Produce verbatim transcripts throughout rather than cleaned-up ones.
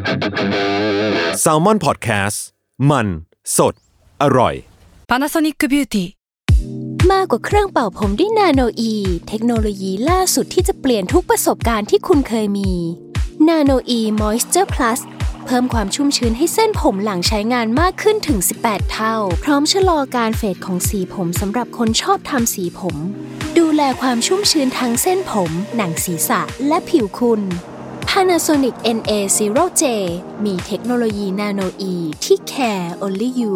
Salmon Podcast มันสดอร่อย Panasonic Beauty มากกว่าเครื่องเป่าผมด้วยนาโนอีเทคโนโลยีล่าสุดที่จะเปลี่ยนทุกประสบการณ์ที่คุณเคยมีนาโนอีมอยส์เจอร์พลัสเพิ่มความชุ่มชื้นให้เส้นผมหลังใช้งานมากขึ้นถึงสิบแปดเท่าพร้อมชะลอการเฟดของสีผมสำหรับคนชอบทำสีผมดูแลความชุ่มชื้นทั้งเส้นผมหนังศีรษะและผิวคุณ Panasonic เอ็น เอ ศูนย์ เจ มีเทคโนโลยีนาโนอีที่ care only you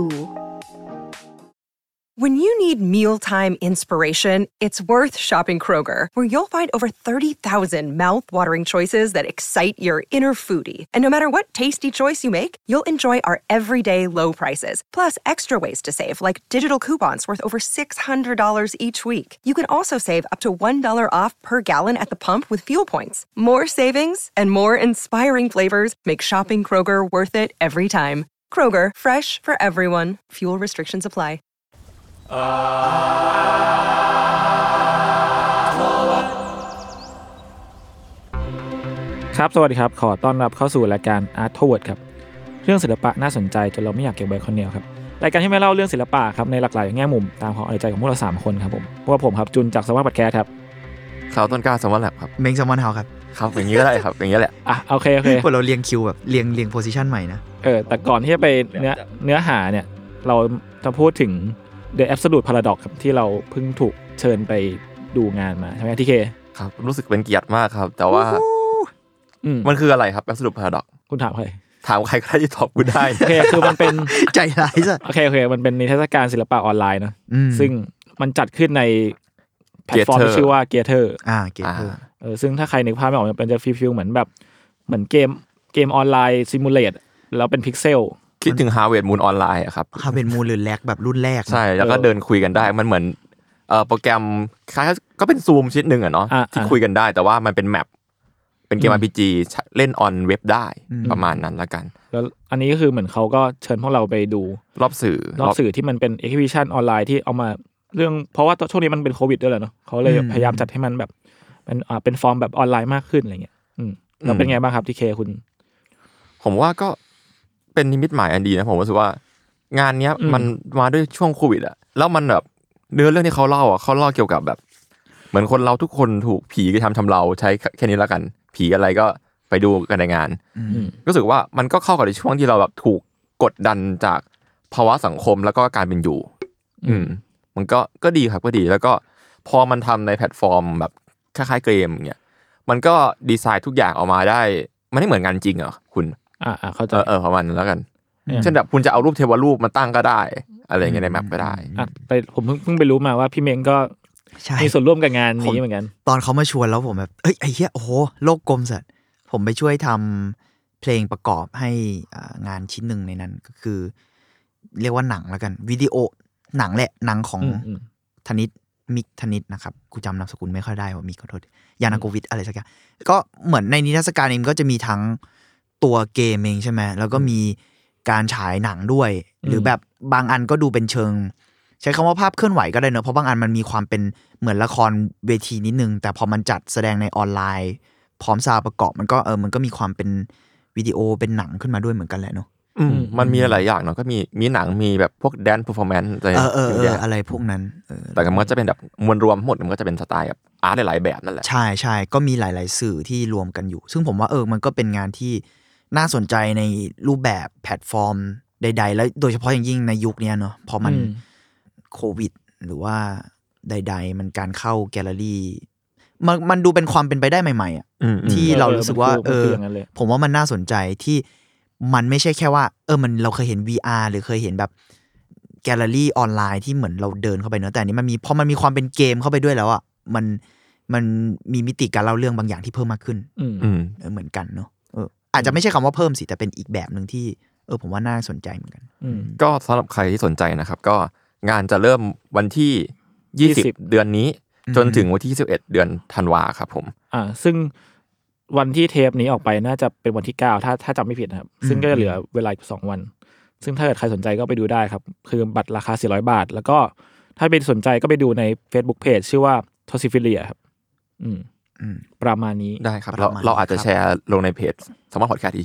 When you need mealtime inspiration, it's worth shopping Kroger, where you'll find over thirty thousand mouth-watering choices that excite your inner foodie. And no matter what tasty choice you make, you'll enjoy our everyday low prices, plus extra ways to save, like digital coupons worth over six hundred dollars each week. You can also save up to one dollar off per gallon at the pump with fuel points. More savings and more inspiring flavors make shopping Kroger worth it every time. Kroger, fresh for everyone. Fuel restrictions apply. ครับสวัสดีครับขอต้อนรับเข้าสู่รายการ Art Toward ครับเรื่องศิลปะน่าสนใจจนเราไม่อยากเก็บไว้คนเดียวครับรายการที่ไม่เล่าเรื่องศิลปะครับในหลากหลายแง่มุมตามความเอาใจของพวกเราสามคนครับผมพวกผมครับจุนจากสวัสดิ์พอดแคสต์ครับข่าวต้นกล้าสมอนแลบครับเม้งแซมมอนเฮาครับครับอย่างนี้ก็ได้ครับอย่างนี้แหละอ่ะโอเคโอเคพวกเราเรียงคิวแบบเรียงเรียงโพสิชันใหม่นะเออแต่ก่อนที่จะไปเนื้อเนื้อหาเนี่ยเราจะพูดถึง The Absolute Paradox ครับที่เราเพิ่งถูกเชิญไปดูงานมาใช่ไหมทีเคครับรู้สึกเป็นเกียรติมากครับแต่ว่ามันคืออะไรครับ Absolute Paradox คุณถามใครถามใครก็ได้ที่ตอบกูได้โอเคคือมันเป็นใจร้ายซะโอเคโอเคมันเป็นนิทรรศการศิลปะออนไลน์นะซึ่งมันจัดขึ้นในแพลตฟอร์มที่ชื่อว่า Gather อ่า Gather เออซึ่งถ้าใครนึกภาพไม่ออกมันเป็นจะฟีลๆเหมือนแบบเหมือนเกมเกมออนไลน์ซิมูเลตแล้วเป็นพิกเซลคิดถึง Harvest Moon ออนไลน์อ่ะครับ Harvest Moon หรือแลกแบบรุ่นแรกใช่แล้วก็เดินคุยกันได้มันเหมือนเอ่อโปรแกรมคล้ายก็เป็น Zoom ชิ้นนึงอ่ะเนาะที่คุยกันได้แต่ว่ามันเป็นแมปเป็นเกม อาร์ พี จี เล่นออนเว็บได้ประมาณนั้นละกันแล้วอันนี้ก็คือเหมือนเขาก็เชิญพวกเราไปดูรอบสื่อรอบสื่อที่มันเป็น exhibition ออนไลน์ที่เอามาเรื่องเพราะว่าช่วงนี้มันเป็นโควิดด้วยแหละเนาะเขาเลยพยายามจัดให้มันแบบเป็นอ่าเป็นฟอร์มแบบออนไลน์มากขึ้นอะไรเงี้ยอืมแล้วเป็นไงบ้างครับที่เคคุณผมว่าก็เป็นนิมิตหมายอันดีนะผมรู้สึกว่างานเนี้ยมันมาด้วยช่วงโควิดอะแล้วมันแบบเนื้อเรื่องที่เขาเล่าอ่ะเขาเล่าเกี่ยวกับแบบเหมือนคนเราทุกคนถูกผีกระทำทำเราใช้แค่นี้แล้วกันผีอะไรก็ไปดูกันในงานรู้สึกว่ามันก็เข้ากับในช่วงที่เราแบบถูกกดดันจากภาวะสังคมแล้วก็การเป็นอยู่อืมมันก็ก็ดีครับก็ดีแล้วก็พอมันทำในแพลตฟอร์มแบบคล้ายๆเกมอย่างเงี้ยมันก็ดีไซน์ทุกอย่างออกมาได้มันไม่เหมือนงานจริงเหรอคุณอ่าๆเข้าใจเออประมาณนั้นแล้วกันเช่นแบบคุณจะเอารูปเทวรูปมาตั้งก็ได้อะไรอย่างเงี้ยในแมปก็ได้อ่ะไปผมเพิ่งเพิ่งไปรู้มาว่าพี่เม้งก็มีส่วนร่วมกับงานนี้เหมือนกันตอนเขามาชวนแล้วผมแบบเอ้ยไอ้เหี้ยโอ้โหโลกกลมสัตว์ผมไปช่วยทำเพลงประกอบให้งานชิ้นหนึ่งในนั้นก็คือเรียกว่าหนังแล้วกันวิดีโอหนังแหละหนังของธนิตมิกธนิตนะครับกูจำนามสกุลไม่ค่อยได้ว่ามีขอโทษยานาโกวิทอะไรสักอย่างก็เหมือนในนิทรรศการเองก็จะมีทั้งตัวเกมเองใช่ไหมแล้วก็มีการฉายหนังด้วยหรือแบบบางอันก็ดูเป็นเชิงใช้คำว่าภาพเคลื่อนไหวก็ได้เนอะเพราะบางอันมันมีความเป็นเหมือนละครเวทีนิดนึงแต่พอมันจัดแสดงในออนไลน์พร้อมซาวด์ประกอบมันก็เออมันก็มีความเป็นวิดีโอเป็นหนังขึ้นมาด้วยเหมือนกันแหละเนอะอืมมันมีหลายอย่างเนาะก็มีมีหนังมีแบบพวกแดนซ์เพอร์ฟอร์แมนซ์อะไรเออเอออะไรพวกนั้นแต่มันก็จะเป็นแบบมวลรวมหมดมันก็จะเป็นสไตล์แบบอาร์ตหลายๆแบบนั่นแหละใช่ใช่ก็มีหลายๆสื่อที่รวมกันอยู่ซึ่งผมว่าเออมันก็เป็นงานที่น่าสนใจในรูปแบบแพลตฟอร์มใดๆแล้วโดยเฉพาะอย่างยิ่งในยุคนี้เนาะพอมันโควิดหรือว่าใดๆมันการเข้าแกลเลอรี่มันมันดูเป็นความเป็นไปได้ใหม่ๆอ่ะที่เรารู้สึกว่าเออผมว่ามันน่าสนใจที่มันไม่ใช่แค่ว่าเออมันเราเคยเห็น วี อาร์ หรือเคยเห็นแบบแกลเลอรี่ออนไลน์ที่เหมือนเราเดินเข้าไปเนอะแต่อันนี้มันมีพอมันมีความเป็นเกมเข้าไปด้วยแล้วอ่ะมันมันมีมิติการเล่าเรื่องบางอย่างที่เพิ่มมากขึ้นเหมือนกันเนอะเอออาจจะไม่ใช่คำว่าเพิ่มสิแต่เป็นอีกแบบนึงที่เออผมว่าน่าสนใจเหมือนกันก็สำหรับใครที่สนใจนะครับก็งานจะเริ่มวันที่ยี่สิบเดือนนี้จนถึงวันที่ยี่สิบเอ็ดเดือนธันวาครับผมอ่าซึ่งวันที่เทปนี้ออกไปน่าจะเป็นวันที่เก้าถ้าถ้าจำไม่ผิดนะครับซึ่งก็จะเหลือเวลาอีกสองวันซึ่งถ้าเกิดใครสนใจก็ไปดูได้ครับคือบัตรราคาสี่ร้อยบาทแล้วก็ถ้าเป็นสนใจก็ไปดูใน Facebook Page ชื่อว่า Tossifilia ครับอืมประมาณนี้ได้ครับเราเราอาจจะแชร์ลงในเพจ Salmon Podcast อีกทีนึง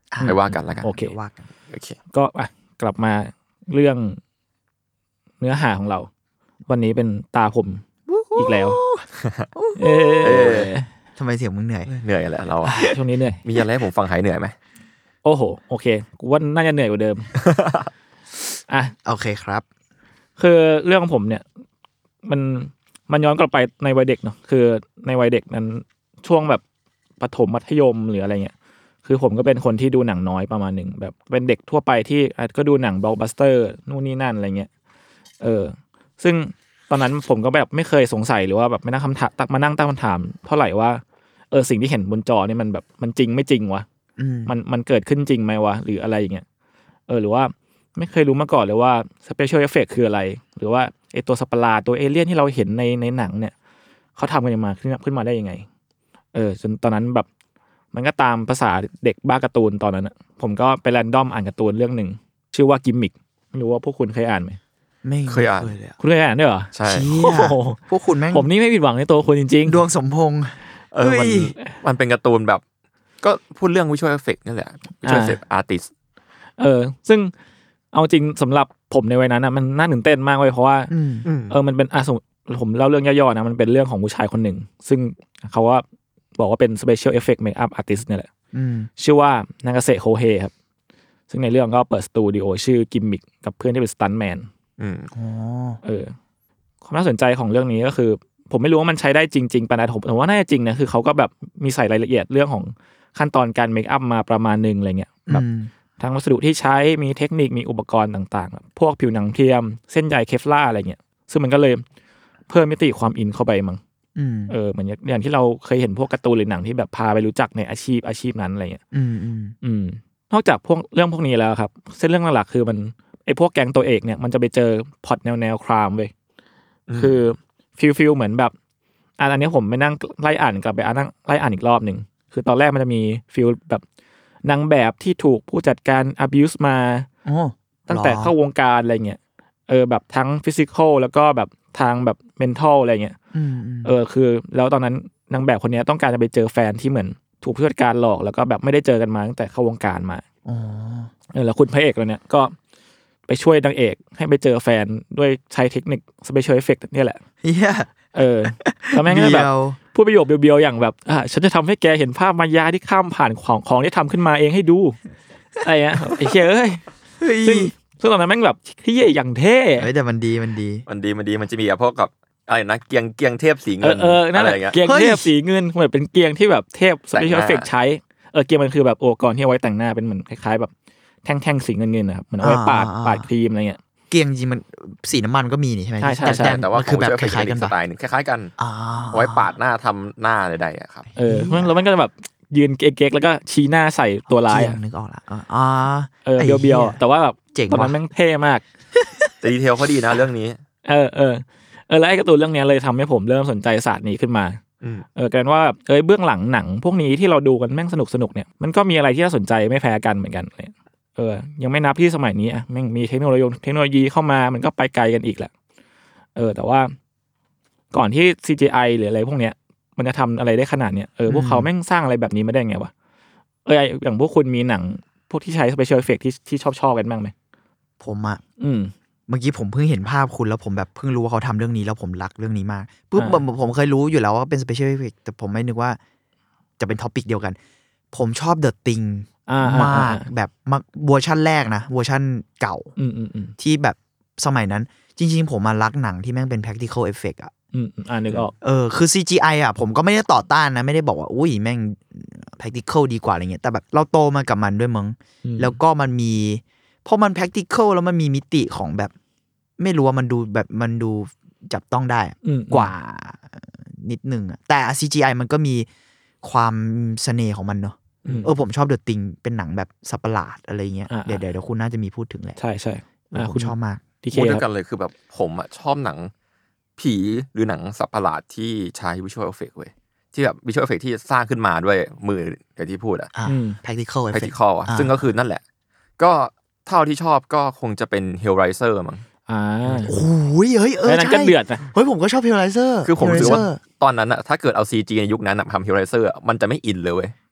ไปว่ากันแล้วกันโอเคว่ากันโอเคก็อ่ะกลับมาเรื่องเนื้อหาของเรา วันนี้เป็นตาผมอีกแล้วเออทำไมเสียงมึงเหนื่อยเหนื่อยแหละเราอะช่วงนี้เหนื่อยมีอะไรให้ผมฟังหายเหนื่อยไหมโอ้โหโอเคกูว่าน่าจะเหนื่อยกว่าเดิม อ่ะโอเคครับคือเรื่องของผมเนี่ยมันมันย้อนกลับไปในวัยเด็กเนาะคือในวัยเด็กนั้นช่วงแบบประถมมัธยมหรืออะไรเงี้ยคือผมก็เป็นคนที่ดูหนังน้อยประมาณหนึ่งแบบเป็นเด็กทั่วไปที่ก็ดูหนังบล็อกบัสเตอร์นู่นนี่นั่นอะไรเงี้ยเออซึ่งตอนนั้นผมก็แบบไม่เคยสงสัยหรือว่าแบบไม่นั่งคำถามตักมานั่งตั้งคำถามเท่าไหร่ว่าเออสิ่งที่เห็นบนจอนี่มันแบบมันจริงไม่จริงวะอืมมันมันเกิดขึ้นจริงไหมวะหรืออะไรอย่างเงี้ยเออหรือว่าไม่เคยรู้มาก่อนเลยว่า special effect คืออะไรหรือว่าไอตัวสัตว์ประหลาดตัวเอเลี่ยนที่เราเห็นในในหนังเนี่ยเขาทำกันมาขึ้นขึ้นมาได้ยังไงเออจนตอนนั้นแบบมันก็ตามภาษาเด็กบ้าการ์ตูนตอนนั้นนะผมก็ไปแรนดอมอ่านการ์ตูนเรื่องหนึ่งชื่อว่ากิมมิกไม่รู้ว่าพวกคุณเคยอ่านไหมไม่เคยอ่านเลยอะคุณเคยอ่านด้วยเหรอใช่เชี่โอ้ยโหพวกคุณแม่งผมนี่ไม่ผิดหวังในตัวคุณจริงดวงสมพงษ์เออมันเฮ้ยมันเป็นการ์ตูนแบบก็พูดเรื่อง visual effect นั่นแหละ visual effect artist ๆเออซึ่งเอาจริงสำหรับผมในวัยนั้นอ่ะมันน่าตื่นเต้นมากเลยเพราะว่าอืมเออ มันเป็นอ่ะสมมุติผมเล่าเรื่องย่อๆนะ มันเป็นเรื่องของผู้ชายคนหนึ่ง ซึ่งเขาว่าบอกว่าเป็น special effect makeup artist เนี่ยแหละอืมชื่อว่านากาเซโคเฮครับ ซึ่งในเรื่องก็เปิดสตูดิโอชื่อกิมมิกกับเพื่อนที่เป็นสตันท์แมนอืมอ๋อเออ ความน่าสนใจของเรื่องนี้ก็คือ ผมไม่รู้ว่ามันใช้ได้จริงๆปะนะผมผมว่าน่าจะจริงนะ คือเขาก็แบบมีใส่รายละเอียดเรื่องของขั้นตอนการเมคอัพมาประมาณนึงอะไรเงี้ย แบบอืมทั้งวัสดุที่ใช้ มีเทคนิค มีอุปกรณ์ต่างๆ พวกผิวหนังเทียม เส้นใยเคฟลาร์อะไรเงี้ย ซึ่งมันก็เลยเพิ่มมิติความอินเข้าไปมั้งอืมเออ เหมือนอย่างที่เราเคยเห็นพวกการ์ตูนหรือหนังที่แบบพาไปรู้จักในอาชีพอาชีพนั้นอะไรเงี้ยอืมอืมอืม นอกจากพวกเรื่องพวกนี้แล้วครับ เส้นเรื่องหลักๆคือมันไอ้พวกแก๊งตัวเอกเนี่ยมันจะไปเจอพล็อตแนวแนวครามเว้ย คือฟิลฟิลเหมือนแบบอันอันนี้ผมไปนั่งไล่อ่านกลับไปอ่านนั่งไล่อ่านอีกรอบหนึ่ง คือตอนแรกมันจะมีฟิลแบบนางแบบที่ถูกผู้จัดการ abuse มาอ๋อตั้งแต่เข้าวงการอะไรเงี้ย เออแบบทั้งฟิสิกอลแล้วก็แบบทางแบบ mental อะไรเงี้ยอืมอืมเออคือแล้วตอนนั้นนางแบบคนนี้ต้องการจะไปเจอแฟนที่เหมือนถูกผู้จัดการหลอกแล้วก็แบบไม่ได้เจอกันมาตั้งแต่เข้าวงการมาอ๋อเออแล้วคุณพระเอกเราเนี่ยก็ไปช่วยนางเอกให้ไปเจอแฟนด้วยใช้เทคนิค special effect เนี่ยแหละเฮียเออแล้วแม่งก็แบบเดียวพูดประโยคเบียวๆอย่างแบบอ่ะฉันจะทำให้แกเห็นภาพมายาที่ข้ามผ่านของของที่ทำขึ้นมาเองให้ดูอะไรเงี้ยไอ้เชี่ยเอ้ยเฮ้ยซึ่งซึ่งตอนนั้นแม่งแบบที่อย่างเท่เฮ้ยแต่มันดีมันดีมันดีมันดีมันจะมีแบบพวกกับอะไรนะเกียงเกียงเทพสีเอเงิอน เออนั่นแหละไรอย่างเงี้ยเกียงเฮ้ยเทพสีเงินเหมือนเป็นเกียงที่แบบเทพแต่งห special น้า effect ใช้เออเกียงมันคือแบบอุปกรณ์ที่เอาไว้แต่งหน้าเป็นเหมือนคล้ายๆแบบแท่งๆสีเงินๆนะครับเหมือนเอาไว้ปาดปาดครีมอะไรเงี้ยเกียงจริงมันสีน้ำมันก็มีนี่ใช่ไหมใช่ใช่ใช่แต่แต่ว่ามันคือแบบคของล้ายๆกันสปะไตล์หนึงคล้ายๆกันอ่าเอาไว้ปาดหน้าทำหน้าใดๆอะครับเออแล้วมันก็จะแบบยืนเก๊กๆแล้วก็ชี้หน้าใส่ตัวร้ายเกียอะงนึกออกละอ่าอ่าเออไเบียวๆแต่ว่าแบบเจ๋งตอนนั้นว่ะแม่งเท่มากแต่ดีเทลเขาดีนะเรื่องนี้เออเออเออแล้วไอ้การ์ตูนเรื่องเนี้ยเลยทำให้ผมเริ่มสนใจศาสตร์นี้ขึ้นมาอืมเออกลายเป็นว่าเอ้ยเบื้องหลังหนังพวกนี้ที่เราดูกันแม่งสนุกสนุกเนี่ยมันก็มีอะไรที่น่าสนใจไม่แพ้กันเหมือนกันเลยเออยังไม่นับที่สมัยนี้อ่ะแม่งมีเทคโนโลยีเทคโนโลยีเข้ามามันก็ไปไกลกันอีกแหละเออแต่ว่าก่อนที่ ซี จี ไอ หรืออะไรพวกเนี้ยมันจะทำอะไรได้ขนาดเนี้ยเออพวกเขาแม่งสร้างอะไรแบบนี้มาได้ไงวะเอออย่างพวกคุณมีหนังพวกที่ใช้ special effect ที่ที่ชอบชอบกันบ้างไหมผมอะอืมเมื่อกี้ผมเพิ่งเห็นภาพคุณแล้วผมแบบเพิ่งรู้ว่าเขาทำเรื่องนี้แล้วผมรักเรื่องนี้มากปุ๊บอ่าผมผมเคยรู้อยู่แล้วว่าเป็น special effect แต่ผมไม่นึกว่าจะเป็นท็อปิกเดียวกัน ผมชอบ The Thing อ่าอ่ามากแบบมากเวอร์ชั่นแรกนะเวอร์ชั่นเก่าอืมอืมอืมที่แบบสมัยนั้นจริงๆผมมารักหนังที่แม่งเป็น practical effect อะอืมอืมอ่านึกออกเออคือ ซี จี ไอ อ่ะผมก็ไม่ได้ต่อต้านนะไม่ได้บอกว่าอุ้ยแม่ง practical ดีกว่าอะไรเงี้ยแต่แบบเราโตมากับมันด้วยมั้งอืมแล้วก็มันมีพอมัน practical แล้วมันมีมิติของแบบ ไม่รู้ว่ามันดูแบบมันดูจับต้องได้อืมกว่านิดนึงอะแต่ ซี จี ไอ มันก็มีความเสน่ห์ของมันเนาะอืมเออผมชอบ The Thing เป็นหนังแบบสัตว์ประหลาดอะไรเงี้ยอ่าเดี๋ยวเดี๋ยวเดี๋ยวคุณน่าจะมีพูดถึงแหละใช่ใช่เอออ่าผคุมณชอบมากทีเคพูดด้คว รับยกันเลยคือแบบผมอ่ะชอบหนังผีหรือหนังสัตว์ประหลาดที่ใช้ visual effect เว้ยที่แบบ visual effect ที่สร้างขึ้นมาด้วยมืออย่างที่พูดอะอ่าอืม practical effect practical อะอ่าซึ่งก็คือนั่นแหละ ก็เท่าที่ชอบก็คงจะเป็น Hellraiser มั้งอ่าโอ้ยเฮ้ยเออแล้วนั้นก็ใช่เดือดนะเฮ้ยผมก็ชอบ Hellraiser คือผมรู้สึกว่า Hellraiser ตอนนั้นอะถ้าเกิดเอา ซี จี ในยุคนั้นอะทำ Hellraiser อะมันจะไม่อินเลยเว้ย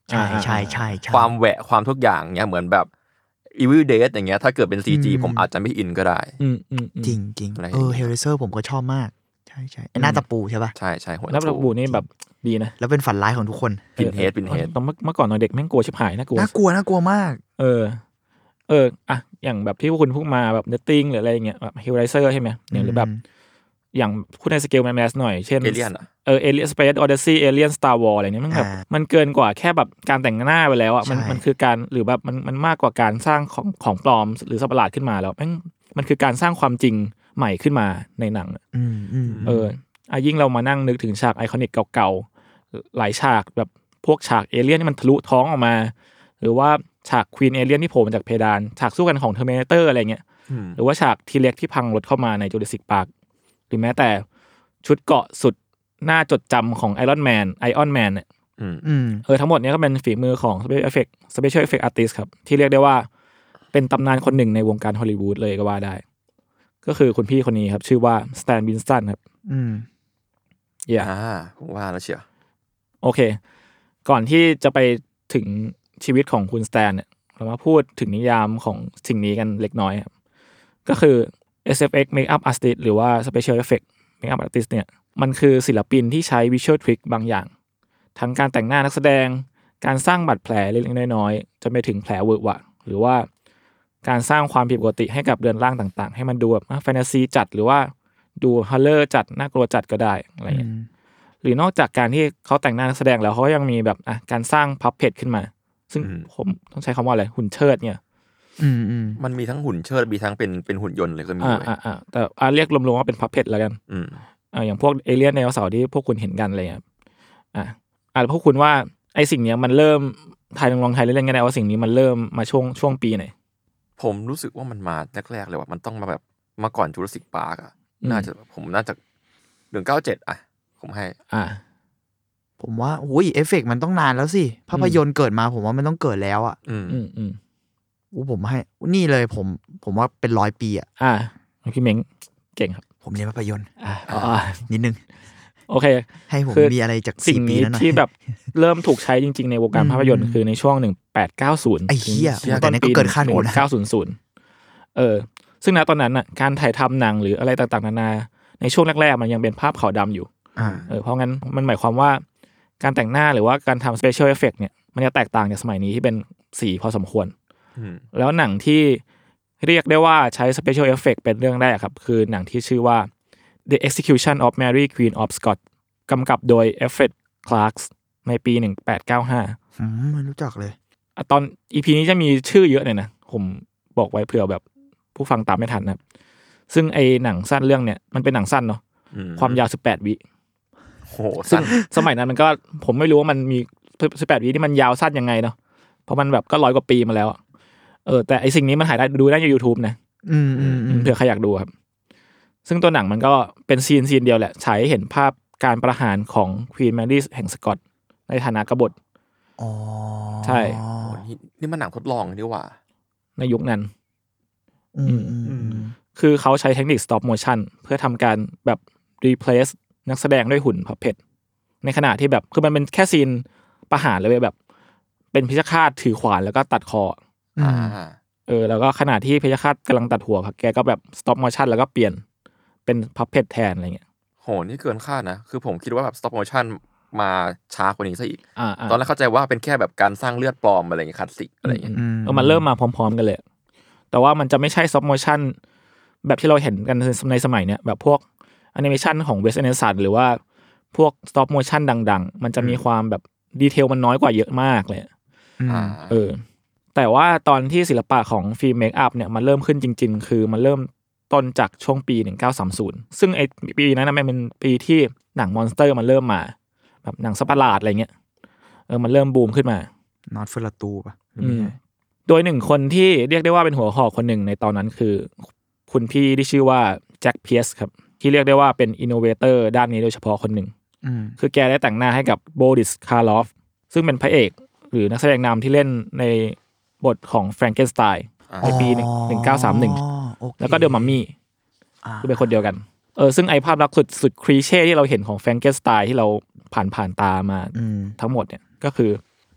ใช่ใช่ใช่ใช่ความแหวะความทุกอย่างเนี้ยเหมือนแบบ Evil Dead อย่างเงี้ยถ้าเกิดเป็น ซี จี ผมอาจจะไม่อินก็ได้อืมอืมจริงจริงเออ Hellraiser ผมก็ชอบมากใช่ใช่หน้าตะปูใช่ป่ะใช่ใช่หัวแล้วตะปูนี่แบบดีนะแล้วเป็นฝันร้ายของทุกคนพินเฮดพินเฮดตอนเมื่อก่อนตอนเด็กแม่งกลัวชิบหายน่ากลัวน่ากลัวน่ากลัวมากเออเอออ่ะอย่างแบบที่พวกคุณพูดมาแบบ The Thing หรืออะไรอย่างเงี้ยแบบ Hellraiser ใช่ไหมอย่างหรือแบบอย่างพูดในสเกลแมสหน่อยเช่น Alien อ่ะเออ Alien Space Odyssey Alien Star Wars อะไรเนี้ยมันแบบมันเกินกว่าแค่แบบการแต่งหน้าไปแล้วอ่ะมันมันคือการหรือแบบมันมันมากกว่าการสร้างของของปลอมหรือสัตว์ประหลาดขึ้นมาแล้วมันมันคือการสร้างความจริงใหม่ขึ้นมาในหนังอืมอืมเอออ่ะยิ่งเรามานั่งนึกถึงฉากไอคอนิกเก่าๆหลายฉากแบบพวกฉากเอเลี่ยนที่มันทะลุท้องออกมาหรือว่าฉากควีนเอเลี่ยนที่โผล่มาจากเพดานฉากสู้กันของ Terminator อะไรเงี้ยหรือว่าฉากทีเล็กที่พังรถเข้ามาใน Jurassic Park หรือแม้แต่ชุดเกราะสุดน่าจดจำของ Iron Man Iron Man เนี่ยเออทั้งหมดนี้ก็เป็นฝีมือของ Special Effect Special Effect Artist ครับที่เรียกได้ว่าเป็นตำนานคนหนึ่งในวงการฮอลลีวูดเลยก็ว่าได้ก็คือคุณพี่คนนี้ครับชื่อว่าสแตนวินสตันครับอืมอย่าผมว่าแล้วเชียวโอเคก่อนที่จะไปถึงชีวิตของคุณสแตนเนี่ยเรามาพูดถึงนิยามของสิ่งนี้กันเล็กน้อยครับก็คือ เอส เอฟ เอ็กซ์ Makeup Artist หรือว่า Special Effect Makeup Artist เนี่ยมันคือศิลปินที่ใช้ Visual Trick บางอย่างทั้งการแต่งหน้านักแสดงการสร้างบาดแผลเล็กๆน้อยๆจนไปถึงแผลเวอะหวะหรือว่าการสร้างความผิดปกติให้กับเรือนร่างต่างๆให้มันดูแบบแฟนตาซีจัดหรือว่าดูฮอลเลอร์จัดน่ากลัวจัดก็ได้อะไรอย่างเงี้ยหรือนอกจากการที่เขาแต่งหน้านักแสดงแล้วเขาก็ยังมีแบบอ่ะการสร้างพับเพจขึ้นมาซึ่งผมต้องใช้คำว่าอะไรหุ่นเชิดเนี่ยมันมีทั้งหุ่นเชิดมีทั้งเป็นเป็นหุ่นยนต์เลยก็มีอ่าอ่าแต่อ่าเรียกรวมๆว่าเป็นพับเพจแล้วกันอ่าอย่างพวกเอเลี่ยนไดโนเสาร์ที่พวกคุณเห็นกันอะไรอย่างเงี้ยอ่าอ่าพวกคุณว่าไอ้สิ่งเนี้ยมันเริ่มทายลองทายเล่นๆกันได้ว่าสิ่งนี้มันเริ่มมาช่วงช่วงปีไหนผมรู้สึกว่ามันมาแรกๆเลยว่ามันต้องมาแบบมาก่อนจูราสสิคพาร์คอ่ะน่าจะผมน่าจะหนึ่งเก้าเจ็ดอ่ะผมให้อ่าผมว่าโอ้ยเอฟเฟกต์มันต้องนานแล้วสิภาพยนตร์เกิดมาผมว่ามันต้องเกิดแล้วอ่ะอืมอืมอืมอู้ผมให้นี่เลยผมผมว่าเป็นร้อยปีอ่ะอ่าพี่เม้งเก่งครับผมเรียนภาพยนตร์อ่าอ่านิดนึงโอเคให้ผมมีอะไรจากสิ่งนี้ที่แบบเริ่มถูกใช้จริงๆในวงการภาพยนตร์คือในช่วงหนึ่งแปดเก้าศูนย์ไอ้เหี้ยตอนนี้ก็เกิดคาดหวังเก้าศูนย์เออซึ่งณตอนนั้นน่ะการถ่ายทำหนังหรืออะไรต่างๆนานาในช่วงแรกๆมันยังเป็นภาพขาวดำอยู่เออเพราะงั้นมันหมายความว่าการแต่งหน้าหรือว่าการทำ special effect เนี่ยมันจะแตกต่างจากสมัยนี้ที่เป็นสีพอสมควรแล้วหนังที่เรียกได้ว่าใช้ special effect เป็นเรื่องแรกครับคือหนังที่ชื่อว่า The Execution of Mary Queen of Scots กำกับโดย Alfred Clarks ในปีหนึ่งแปดเก้าห้าอืมไม่รู้จักเลยตอน อี พี นี้จะมีชื่อเยอะเลยนะผมบอกไว้เผื่อแบบผู้ฟังตามไม่ทันนะซึ่งไอ้หนังสั้นเรื่องเนี่ยมันเป็นหนังสั้นเนาะความยาวสิบแปดวิโหซึ่งสมัยนั้นมันก็ผมไม่รู้ว่ามันมีสิบแปดวิที่มันยาวสั้นยังไงเนาะเพราะมันแบบก็ร้อยกว่าปีมาแล้วเออแต่ไอ้สิ่งนี้มันหายได้ดูได้ใน YouTube นะอืมๆๆเผื่อใครอยากดูครับซึ่งตัวหนังมันก็เป็นซีนซีนเดียวแหละฉายให้เห็นภาพการประหารของควีนแมรี่แห่งสกอตในฐานะกบฏอ๋อใช่นี่มันหนังทดลองนี่ว่าในยุคนั้นอืมๆคือเขาใช้เทคนิค stop motion เพื่อทำการแบบ replace นักแสดงด้วยหุ่นพับเพจในขณะที่แบบคือมันเป็นแค่ซีนประหารเลยแบบเป็นพิชฆาตถือขวานแล้วก็ตัดคออ่าเออแล้วก็ขณะที่พิชฆาตกำลังตัดหัวแกก็แบบ stop motion แล้วก็เปลี่ยนเป็นพับเพจแทนอะไรเงี้ยโหนี่เกินคาดนะคือผมคิดว่าแบบ stop motion มาช้ากว่านี้ซะอีกอ่าตอนแรกเข้าใจว่าเป็นแค่แบบการสร้างเลือดปลอมอะไรอย่างเงี้ยคลาสสิกอะไรอย่างเงี้ยเออมันเริ่มมาพร้อมๆกันเลยแต่ว่ามันจะไม่ใช่ stop motion แบบที่เราเห็นกันในสมัยเนี้ยแบบพวกแอนิเมชันของ Wes Anderson หรือว่าพวก stop motion ดังๆมันจะมีความแบบดีเทลมันน้อยกว่าเยอะมากเลยอ่าเออแต่ว่าตอนที่ศิลปะของฟิล์มเมคอัพเนี่ยมันเริ่มขึ้นจริงๆคือมันเริ่มต้นจากช่วงปีหนึ่งเก้าสามศูนย์ซึ่งไอ้ปีนั้นนะมันเป็นปีที่หนังมอนสเตอร์มันเริ่มมาแบบหนังสัตว์ประหลาดอะไรเงี้ยเออมันเริ่มบูมขึ้นมานอตเฟลตูป่ะโดยหนึ่งคนที่เรียกได้ว่าเป็นหัวหอกคนหนึ่งในตอนนั้นคือคุณพี่ที่ชื่อว่าแจ็คเพียสครับที่เรียกได้ว่าเป็นอินโนเวเตอร์ด้านนี้โดยเฉพาะคนหนึ่งคือแกได้แต่งหน้าให้กับโบริสคาร์ลอฟซึ่งเป็นพระเอกหรือนักแสดงนำที่เล่นในบทของแฟรงเกนสไตน์ในปีหนึ่งเก้าสามหนึ่งแล้วก็เดอะมัมมี่คือเป็นคนเดียวกันเออซึ่งไอภาพลักษณ์สุดสุดคลีเช่ที่เราเห็นของแฟรงเกนสไตน์ที่เราผ่านผ่านตามาทั้งหมดเนี่ยก็คือ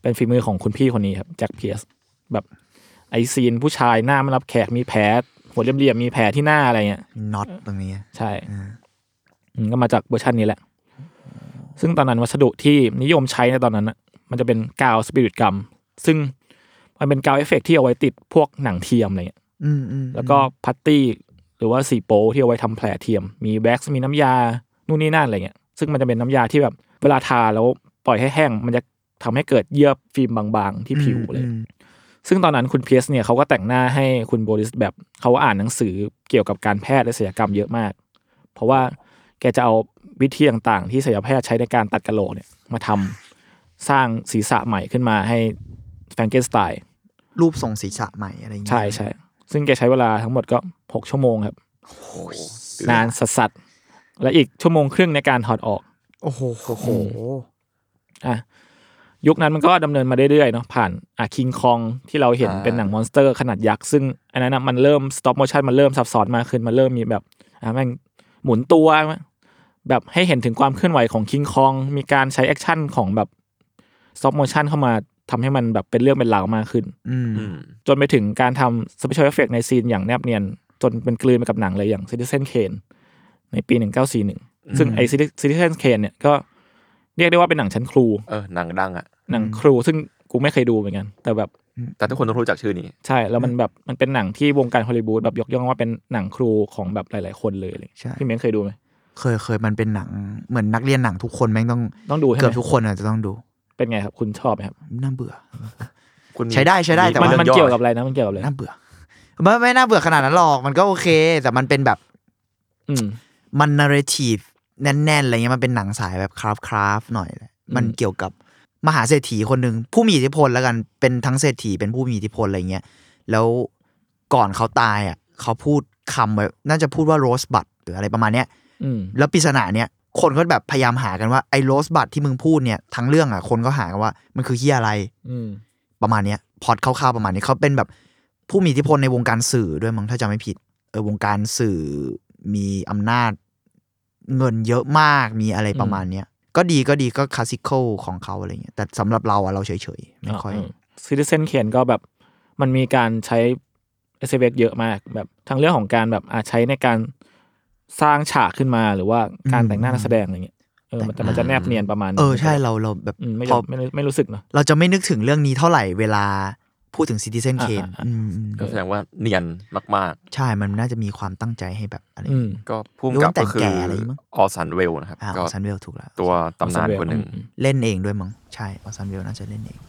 เป็นฝีมือของคุณพี่คนนี้ครับแจ็คเพียร์สแบบไอซีนผู้ชายหน้าไม่รับแขกมีแผลหัวเรียมๆมีแผลที่หน้าอะไรเงี้ยน็อตตรงนี้ใช่ก็มาจากเวอร์ชันนี้แหละซึ่งตอนนั้นวัสดุที่นิยมใช้ในตอนนั้นน่ะมันจะเป็นกาวสปิริตกัมซึ่งมันเป็นกาวเอฟเฟกต์ที่เอาไว้ติดพวกหนังเทียมอะไรเงี้ยแล้วก็พัตตี้หรือว่าสีโป้ที่เอาไว้ทำแผลเทียมมีแว็กซ์มีน้ำยานู่นนี่นั่นอะไรเงี้ยซึ่งมันจะเป็นน้ำยาที่แบบเวลาทาแล้วปล่อยให้แห้งมันจะทำให้เกิดเยื่อฟิล์มบางๆที่ผิวเลยซึ่งตอนนั้นคุณเพียสเนี่ยเขาก็แต่งหน้าให้คุณโบริสแบบเขาอ่านหนังสือเกี่ยวกับการแพทย์และศัลยกรรมเยอะมากเพราะว่าแกจะเอาวิธีต่างๆที่ศัลยแพทย์ใช้ในการตัดกะโหลกเนี่ยมาทำสร้างศีรษะใหม่ขึ้นมาให้แฟรงเกนสไตน์รูปทรงศีรษะใหม่อะไรอย่างเงี้ยใช่ๆซึ่งแกใช้เวลาทั้งหมดก็หกชั่วโมงครับนานสัสๆและอีกชั่วโมงครึ่งในการถอดออกโอ้โหโหอ่ะยุคนั้นมันก็ดำเนินมาเรื่อยๆเนาะผ่านอ่ะคิงคองที่เราเห็นเป็นหนังมอนสเตอร์ขนาดยักษ์ซึ่งอันนั้นนะมันเริ่มสต็อปโมชั่นมันเริ่มซับซ้อนมากขึ้นมันเริ่มมีแบบอ่ะแม่งหมุนตัวแบบให้เห็นถึงความเคลื่อนไหวของคิงคองมีการใช้แอคชั่นของแบบสต็อปโมชั่นเข้ามาทำให้มันแบบเป็นเรื่องเป็นราวมากขึ้นจนไปถึงการทำสเปเชียลเอฟเฟคในซีนอย่างแนบเนียนจนเป็นกลืนไปกับหนังเลยอย่าง Citizen Kane ในปีหนึ่งเก้าสี่หนึ่งซึ่งไอ้ Citizen Kane เนี่ยก็เรียกได้ว่าเป็นหนังชั้นครูเออหนังดังอ่ะหนังครูซึ่งกูไม่เคยดูเหมือนกันแต่แบบแต่ทุกคนต้องรู้จักชื่อนี้ใช่แล้วมันแบบมันเป็นหนังที่วงการฮอลลีวูดแบบยกย่องว่าเป็นหนังครูของแบบหลายๆคนเลยพี่เม้งเคยดูไหมเคยเคยมันเป็นหนังเหมือนนักเรียนหนังทุกคนแม่งต้องต้องดูเกือบทุกคนอ่ะจะต้องดูเป็นไงครับคุณชอบไหมครับน่าเบื่อใช้ได้ใช้ได้แต่ว่ามันเกี่ยวกับอะไรนะมันเกี่ยวกับอะไรน่าเบื่อไม่ไม่น่าเบื่อขนาดนั้นหรอกมันก็โอเคแต่มันเป็นแบบอืมมันนาร์เรทีฟแน่นๆอะไรเงี้ยมันเป็นหนังสายแบบคราฟคราฟหน่อยแหละมันเกี่ยวกับมหาเศรษฐีคนนึงผู้มีอิทธิพลแล้วกันเป็นทั้งเศรษฐีเป็นผู้มีอิทธิพลอะไรเงี้ยแล้วก่อนเขาตายอ่ะเขาพูดคำแบบน่าจะพูดว่าโรสบัตหรืออะไรประมาณเนี้ยแล้วปริศนาเนี้ยคนก็แบบพยายามหากันว่าไอ้โรสบัตที่มึงพูดเนี่ยทั้งเรื่องอ่ะคนก็หากันว่ามันคือเหี้ยอะไรประมาณเนี้ยพอดคร่าวๆประมาณนี้เขาเป็นแบบผู้มีอิทธิพลในวงการสื่อด้วยมั้งถ้าจำไม่ผิดเออวงการสื่อมีอำนาจเงินเยอะมากมีอะไรประมาณเนี้ยก็ดีก็ดีก็คลาสสิคอลของเขาอะไรเงี้ยแต่สำหรับเราอะเราเฉยๆไม่ค่อย Citizen Kane ก็แบบมันมีการใช้ เอฟ เอฟ เยอะมากแบบทั้งเรื่องของการแบบอาจใช้ในการสร้างฉากขึ้นมาหรือว่าการแต่งหน้านักแสดงอะไรเงี้ยเออแต่มันจะแนบเนียนประมาณเออใช่เราเราแบบไม่ไม่ไม่รู้สึกเนาะเราจะไม่นึกถึงเรื่องนี้เท่าไหร่เวลาพูดถึง Citizen Kane ก็แสดงว่าเนียนมากๆใช่มันน่าจะมีความตั้งใจให้แบบอะไรก็พุ่งกับก็คือออสันเวลนะครับก็ออสันเวลถูกแล้วตัวตำนานคนหนึ่งเล่นเองด้วยมั้งใช่ออสันเวลน่าจะเล่นเอง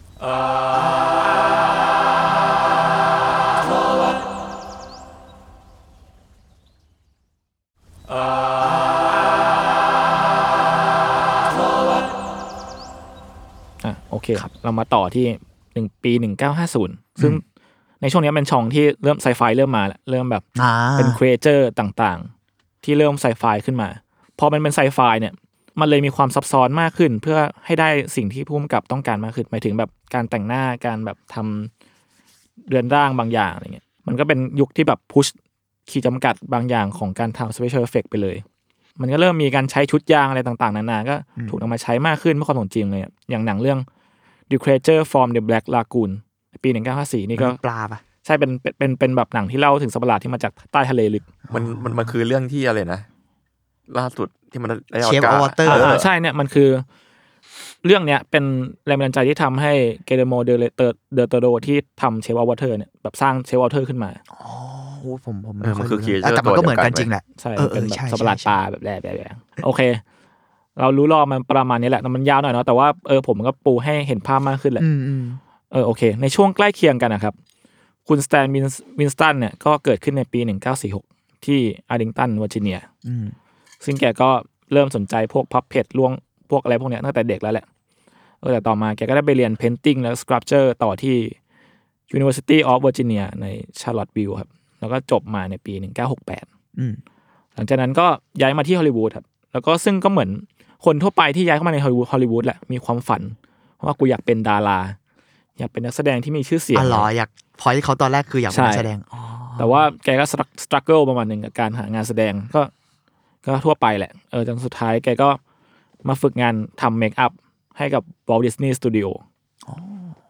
อ่ะโอเคครับเรามาต่อที่หนึ่งปีหนึ่งเก้าห้าศูนย์ซึ่งในช่วงนี้เป็นช่องที่เริ่มไซไฟเริ่มมาแล้วเริ่มแบบเป็นครีเอเตอร์ต่างๆที่เริ่มไซไฟขึ้นมาพอมันเป็นไซไฟเนี่ยมันเลยมีความซับซ้อนมากขึ้นเพื่อให้ได้สิ่งที่ผู้กำกับต้องการมากขึ้นหมายถึงแบบการแต่งหน้าการแบบทำเรือนร่างบางอย่างอะไรเงี้ยมันก็เป็นยุคที่แบบพุชขีดจำกัดบางอย่างของการทำสเปเชียลเอฟเฟคไปเลยมันก็เริ่มมีการใช้ชุดยางอะไรต่างๆนานาก็ถูกนำมาใช้มากขึ้นเมื่อความสมจริงเลยอย่างหนังเรื่อง The Creature from the Black Lagoon ปีหนึ่งเก้าห้าสี่นี่ก็ปลาปะใช่เป็นเป็นเป็นแบบหนังที่เล่าถึงสัตว์ประหลาดที่มาจากใต้ทะเลลึกมันมันมันคือเรื่องที่อะไรนะล่าสุดที่มันได้ออสการ์ Shape of Water อ่าใช่เนี่ยมันคือเรื่องเนี้ยเป็นแรงบันดาลใจที่ทำให้เกเรโมเดเลเตอร์เดอโตโดที่ทำ Shape of Water เนี่ยแบบสร้าง Shape of Water ขึ้นมาอ๋อโหผมผมไม่ค่อยรู้แต่มันก็เหมือนกันจริงแหละใช่เป็นแบบสัตว์ประหลาดปลาแบบแร่ๆโอเคเรารู้รอบมันประมาณนี้แหละแต่มันยาวหน่อยเนาะแต่ว่าเออผมก็ปูให้เห็นภาพมากขึ้นแหละเออโอเคในช่วงใกล้เคียงกันนะครับคุณสแตนวินสตันเนี่ยก็เกิดขึ้นในปีหนึ่งเก้าสี่หกที่อาร์ดิงตันเวอร์จิเนียซึ่งแกก็เริ่มสนใจพวกพับเพจล่วงพวกอะไรพวกเนี้ยตั้งแต่เด็กแล้วแหละเออแต่ต่อมาแกก็ได้ไปเรียนเพนติ้งและสครับเจอร์ต่อที่ University of Virginia ใน Charlottesville ครับแล้วก็จบมาในปีหนึ่งเก้าหกแปดอืมหลังจากนั้นก็ย้ายมาที่ฮอลลีวูดครับแล้วก็ซึ่งก็เหมือนคนทั่วไปที่ย้ายเข้ามาในฮอลลีวูดฮอลลีวูดแหละมีความฝันว่ากูอยากเป็นดาราอยากเป็นนักแสดงที่มีชื่อเสียงอ๋อเหรออยากพอยที่เขาตอนแรกคืออยากเป็นนักแสดงอ๋อแต่ว่าแกก็สตรักเกิลประมาณนึงกับการหางานแสดงก็ก็ทั่วไปแหละเออจนสุดท้ายแกก็มาฝึกงานทำเมคอัพให้กับ Walt Disney Studio อ๋อ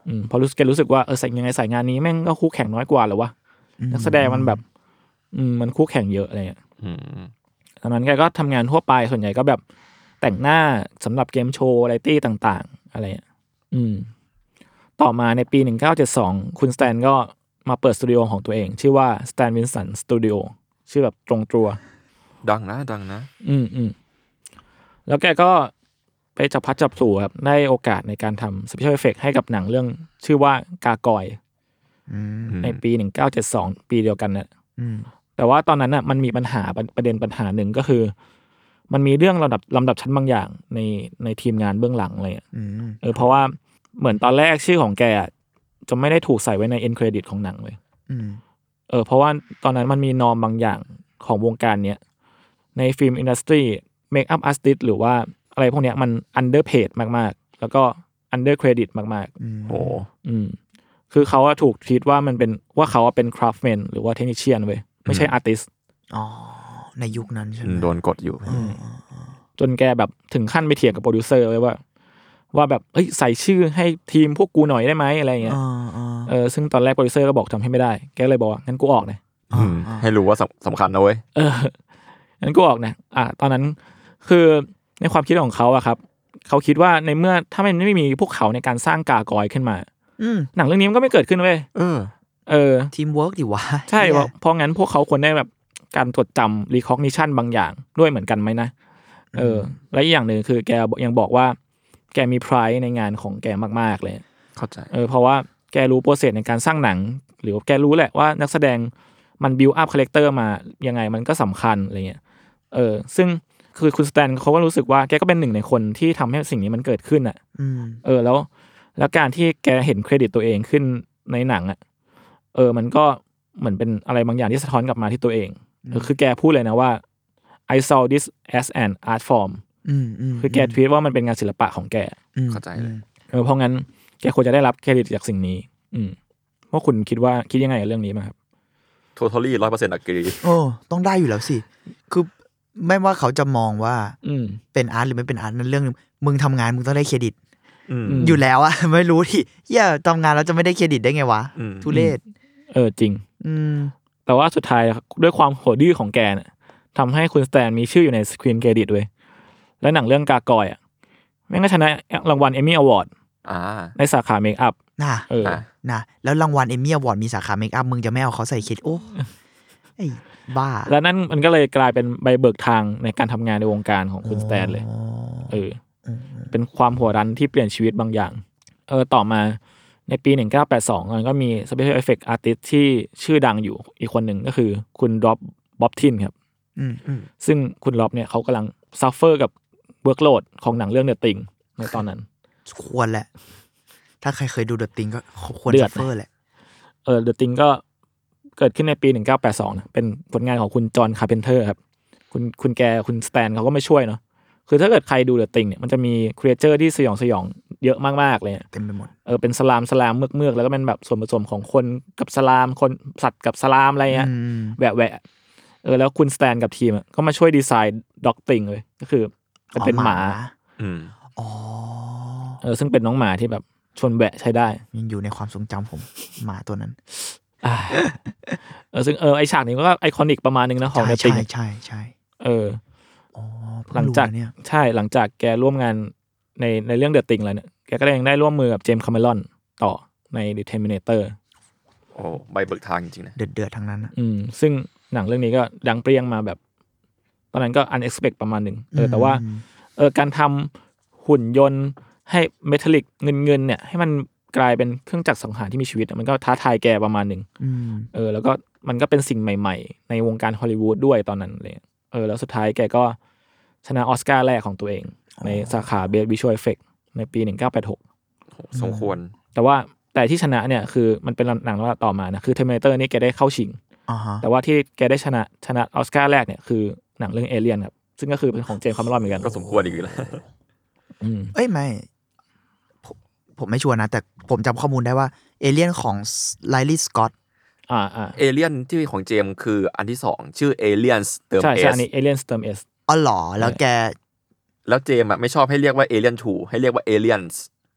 อืมพอรู้สึกแกรู้สึกว่าเออใส่ยังไงใส่งานนี้แม่งก็คู่แข่งน้อยกว่าเหรอวะนักแสดงมันแบบอืมมันคู่แข่งเยอะอะไรเงี้ยตอนนั้นแกก็ทำงานทั่วไปส่วนใหญ่ก็แบบแต่งหน้าสำหรับเกมโชว์วาไรตี้ต่างๆอะไรเงี้ยอืมต่อมาในปีหนึ่งเก้าเจ็ดสองคุณสแตนก็มาเปิดสตูดิโอของตัวเองชื่อว่า Stan Winston Studio ชื่อแบบตรงตัวดังนะดังนะอืมอืมแล้วแกก็ไปจับพัดจับสู่ครับได้โอกาสในการทำ Special Effect ให้กับหนังเรื่องชื่อว่ากากอยในปีหนึ่งเก้าเจ็ดสองปีเดียวกันเนี่ยแต่ว่าตอนนั้นน่ะมันมีปัญหาประเด็นปัญหาหนึ่งก็คือมันมีเรื่องลำดับลำดับชั้นบางอย่างในในทีมงานเบื้องหลังอะไรอ่ะเออเพราะว่าเหมือนตอนแรกชื่อของแกจะไม่ได้ถูกใส่ไว้ใน end credit ของหนังเลยเออเพราะว่าตอนนั้นมันมีนอร์มบางอย่างของวงการเนี้ยในฟิล์มอินดัสทรีเมคอัพอาร์ติสต์หรือว่าอะไรพวกเนี้ยมัน underpaid มากๆแล้วก็ under credit มากๆโอ้อืมคือเขาอะถูกทีตว่ามันเป็นว่าเขาเป็น craftsman หรือว่า technician เว้ยไม่ใช่ artist อ๋อในยุคนั้นใช่มั้ยโดนกดอยู่จนแกแบบถึงขั้นไปเถียงกับโปรดิวเซอร์ไว้ว่าว่าแบบเฮ้ยใส่ชื่อให้ทีมพวกกูหน่อยได้ไหมอะไรเงี้ยเออซึ่งตอนแรกโปรดิวเซอร์ก็บอกทำให้ไม่ได้แกเลยบอกว่างั้นกูออกนะให้รู้ว่าสำคัญนะเว้ยเอองั้นกูออกนะอ่ะตอนนั้นคือในความคิดของเขาอะครับเขาคิดว่าในเมื่อถ้ามันไม่มีพวกเขาในการสร้างกากอยขึ้นมาหนังเรื่องนี้มันก็ไม่เกิดขึ้นเว้ยเออเออทีมเวิร์กดิวะใช่เพราะงั้นพวกเขาควรได้แบบการจดจำ recognition บางอย่างด้วยเหมือนกันไหมนะเออและอีกอย่างหนึ่งคือแกยังบอกว่าแกมี pride ในงานของแกมากๆเลยเข้าใจเออเพราะว่าแกรู้โปรเซสในการสร้างหนังหรือแกรู้แหละว่านักแสดงมัน build up character มายังไงมันก็สำคัญอะไรเงี้ยเออซึ่งคือคุณสแตนเขาก็รู้สึกว่าแกก็เป็นหนึ่งในคนที่ทำให้สิ่งนี้มันเกิดขึ้นอ่ะเออแล้วแล้วการที่แกเห็นเครดิตตัวเองขึ้นในหนังอ่ะเออมันก็เหมือนเป็นอะไรบางอย่างที่สะท้อนกลับมาที่ตัวเองคือแกพูดเลยนะว่า I saw this as an art form คือแกทวีตว่ามันเป็นงานศิลปะของแกเข้าใจเลยเออเพราะงั้นแกควรจะได้รับเครดิตจากสิ่งนี้อืมว่าคุณคิดว่าคิดยังไงกับเรื่องนี้มั้ยครับ totally หนึ่งร้อยเปอร์เซ็นต์ agree โอ้ต้องได้อยู่แล้วสิคือไม่ว่าเขาจะมองว่าเป็นอาร์ตหรือไม่เป็นอาร์ตนั่นเรื่องมึงทำงานมึงต้องได้เครดิตอยู่แล้วอะไม่รู้ที่เหี้ยทำงานแล้วจะไม่ได้เครดิตได้ไงวะทุเรศเออจริงแต่ว่าสุดท้ายด้วยความโหดดื้อของแกเนี่ยทำให้คุณสแตนมีชื่ออยู่ในสกรีนเครดิตด้วยและหนังเรื่องกากอยอ่ะแม่งก็ชนะรางวัลเอมมี่อวอร์ดในสาขาเมคอัพน่ะเออน่ะแล้วรางวัลเอมมี่อวอร์ดมีสาขาเมคอัพมึงจะไม่เอาเขาใส่เครดิตโอ้ไอ้บ้าแล้วนั่นมันก็เลยกลายเป็นใบเบิกทางในการทำงานในวงการของคุณสแตนเลยเออเป็นความหัวรั้นที่เปลี่ยนชีวิตบางอย่างเออต่อมาในปีหนึ่งเก้าแปดสองมันก็มี Special Effect Artist ที่ชื่อดังอยู่อีกคนหนึ่งก็คือคุณร็อบบ๊อบทินครับซึ่งคุณร็อบเนี่ยเขากำลังซัฟเฟอร์กับเวิร์กโหลดของหนังเรื่อง The Thing ในตอนนั้นควรแหละถ้าใครเคยดู The Thing ก็ควรซัฟเฟอร์แหละเออ The Thing ก็เกิดขึ้นในปีหนึ่งเก้าแปดสองนะเป็นผลงานของคุณจอห์นคาร์เพนเตอร์ครับคุณคุณแกคุณสแตนเขาก็ไม่ช่วยเนาะคือถ้าเกิดใครดู The Thing เนี่ยมันจะมีครีเอเตอร์ที่สยองสยองเยอะมากๆเลยเต็มไปหมดเออเป็นสลามสลามเมือกๆแล้วก็เป็นแบบส่วนผสมของคนกับสลามคนสัตว์กับสลามอะไรเงี้ยแหวะๆเออแล้วคุณสแตนกับทีมก็มาช่วยดีไซน์ด็อกติงเลยก็คือมันเป็นหมาอ๋อเออซึ่งเป็นน้องหมาที่แบบชนแหวะใช้ได้ยังอยู่ในความทรงจำผมหมาตัวนั้นเออซึ่งเออไอฉากนี้ก็ไอคอนิกประมาณนึงนะของ The Thing ใช่ใช่ใช่เออหลังจากใช่หลังจากแกร่วมงานในในเรื่อง The Thing แล้วเนี่ยแกก็ยังได้ร่วมมือกับเจมส์คาเมรอนต่อใน The Terminator โอ้ใบเบิกทางจริงๆนะเดือดๆทั้งนั้นอืมซึ่งหนังเรื่องนี้ก็ดังเปรี้ยงมาแบบตอนนั้นก็ unexpected ประมาณนึงเออแต่ว่าเออการทำหุ่นยนต์ให้เมทัลลิกเงินๆเนี่ยให้มันกลายเป็นเครื่องจักรสังหารที่มีชีวิตมันก็ท้าทายแกประมาณนึงเออแล้วก็มันก็เป็นสิ่งใหม่ๆในวงการฮอลลีวูดด้วยตอนนั้นเลยเออแล้วสุดท้ายแกก็ชนะออสการ์แรกของตัวเองในสาขา Best Visual Effect ในปีหนึ่งเก้าแปดหกสมควรแต่ว่าแต่ที่ชนะเนี่ยคือมันเป็นหนังระดับต่อมานะคือ Terminator นี่แกได้เข้าชิงแต่ว่าที่แกได้ชนะชนะออสการ์แรกเนี่ยคือหนังเรื่อง Alien ครับซึ่งก็คือเป็นของเจมส์คาเมรอนเหมือนกันก็สมควรอีกแล้วเอ้ยไม่ผมไม่ชัวร์นะแต่ผมจำข้อมูลได้ว่า Alien ของ Ridley Scott อ่าๆ Alien ที่ของเจมส์คืออันที่สองชื่อ Aliens เติม S ใช่ๆอันนี้ Aliens เติม S อ๋อเหรอแล้วแกแล้วเจมส์อ่ะไม่ชอบให้เรียกว่า Alien ทูให้เรียกว่า Aliens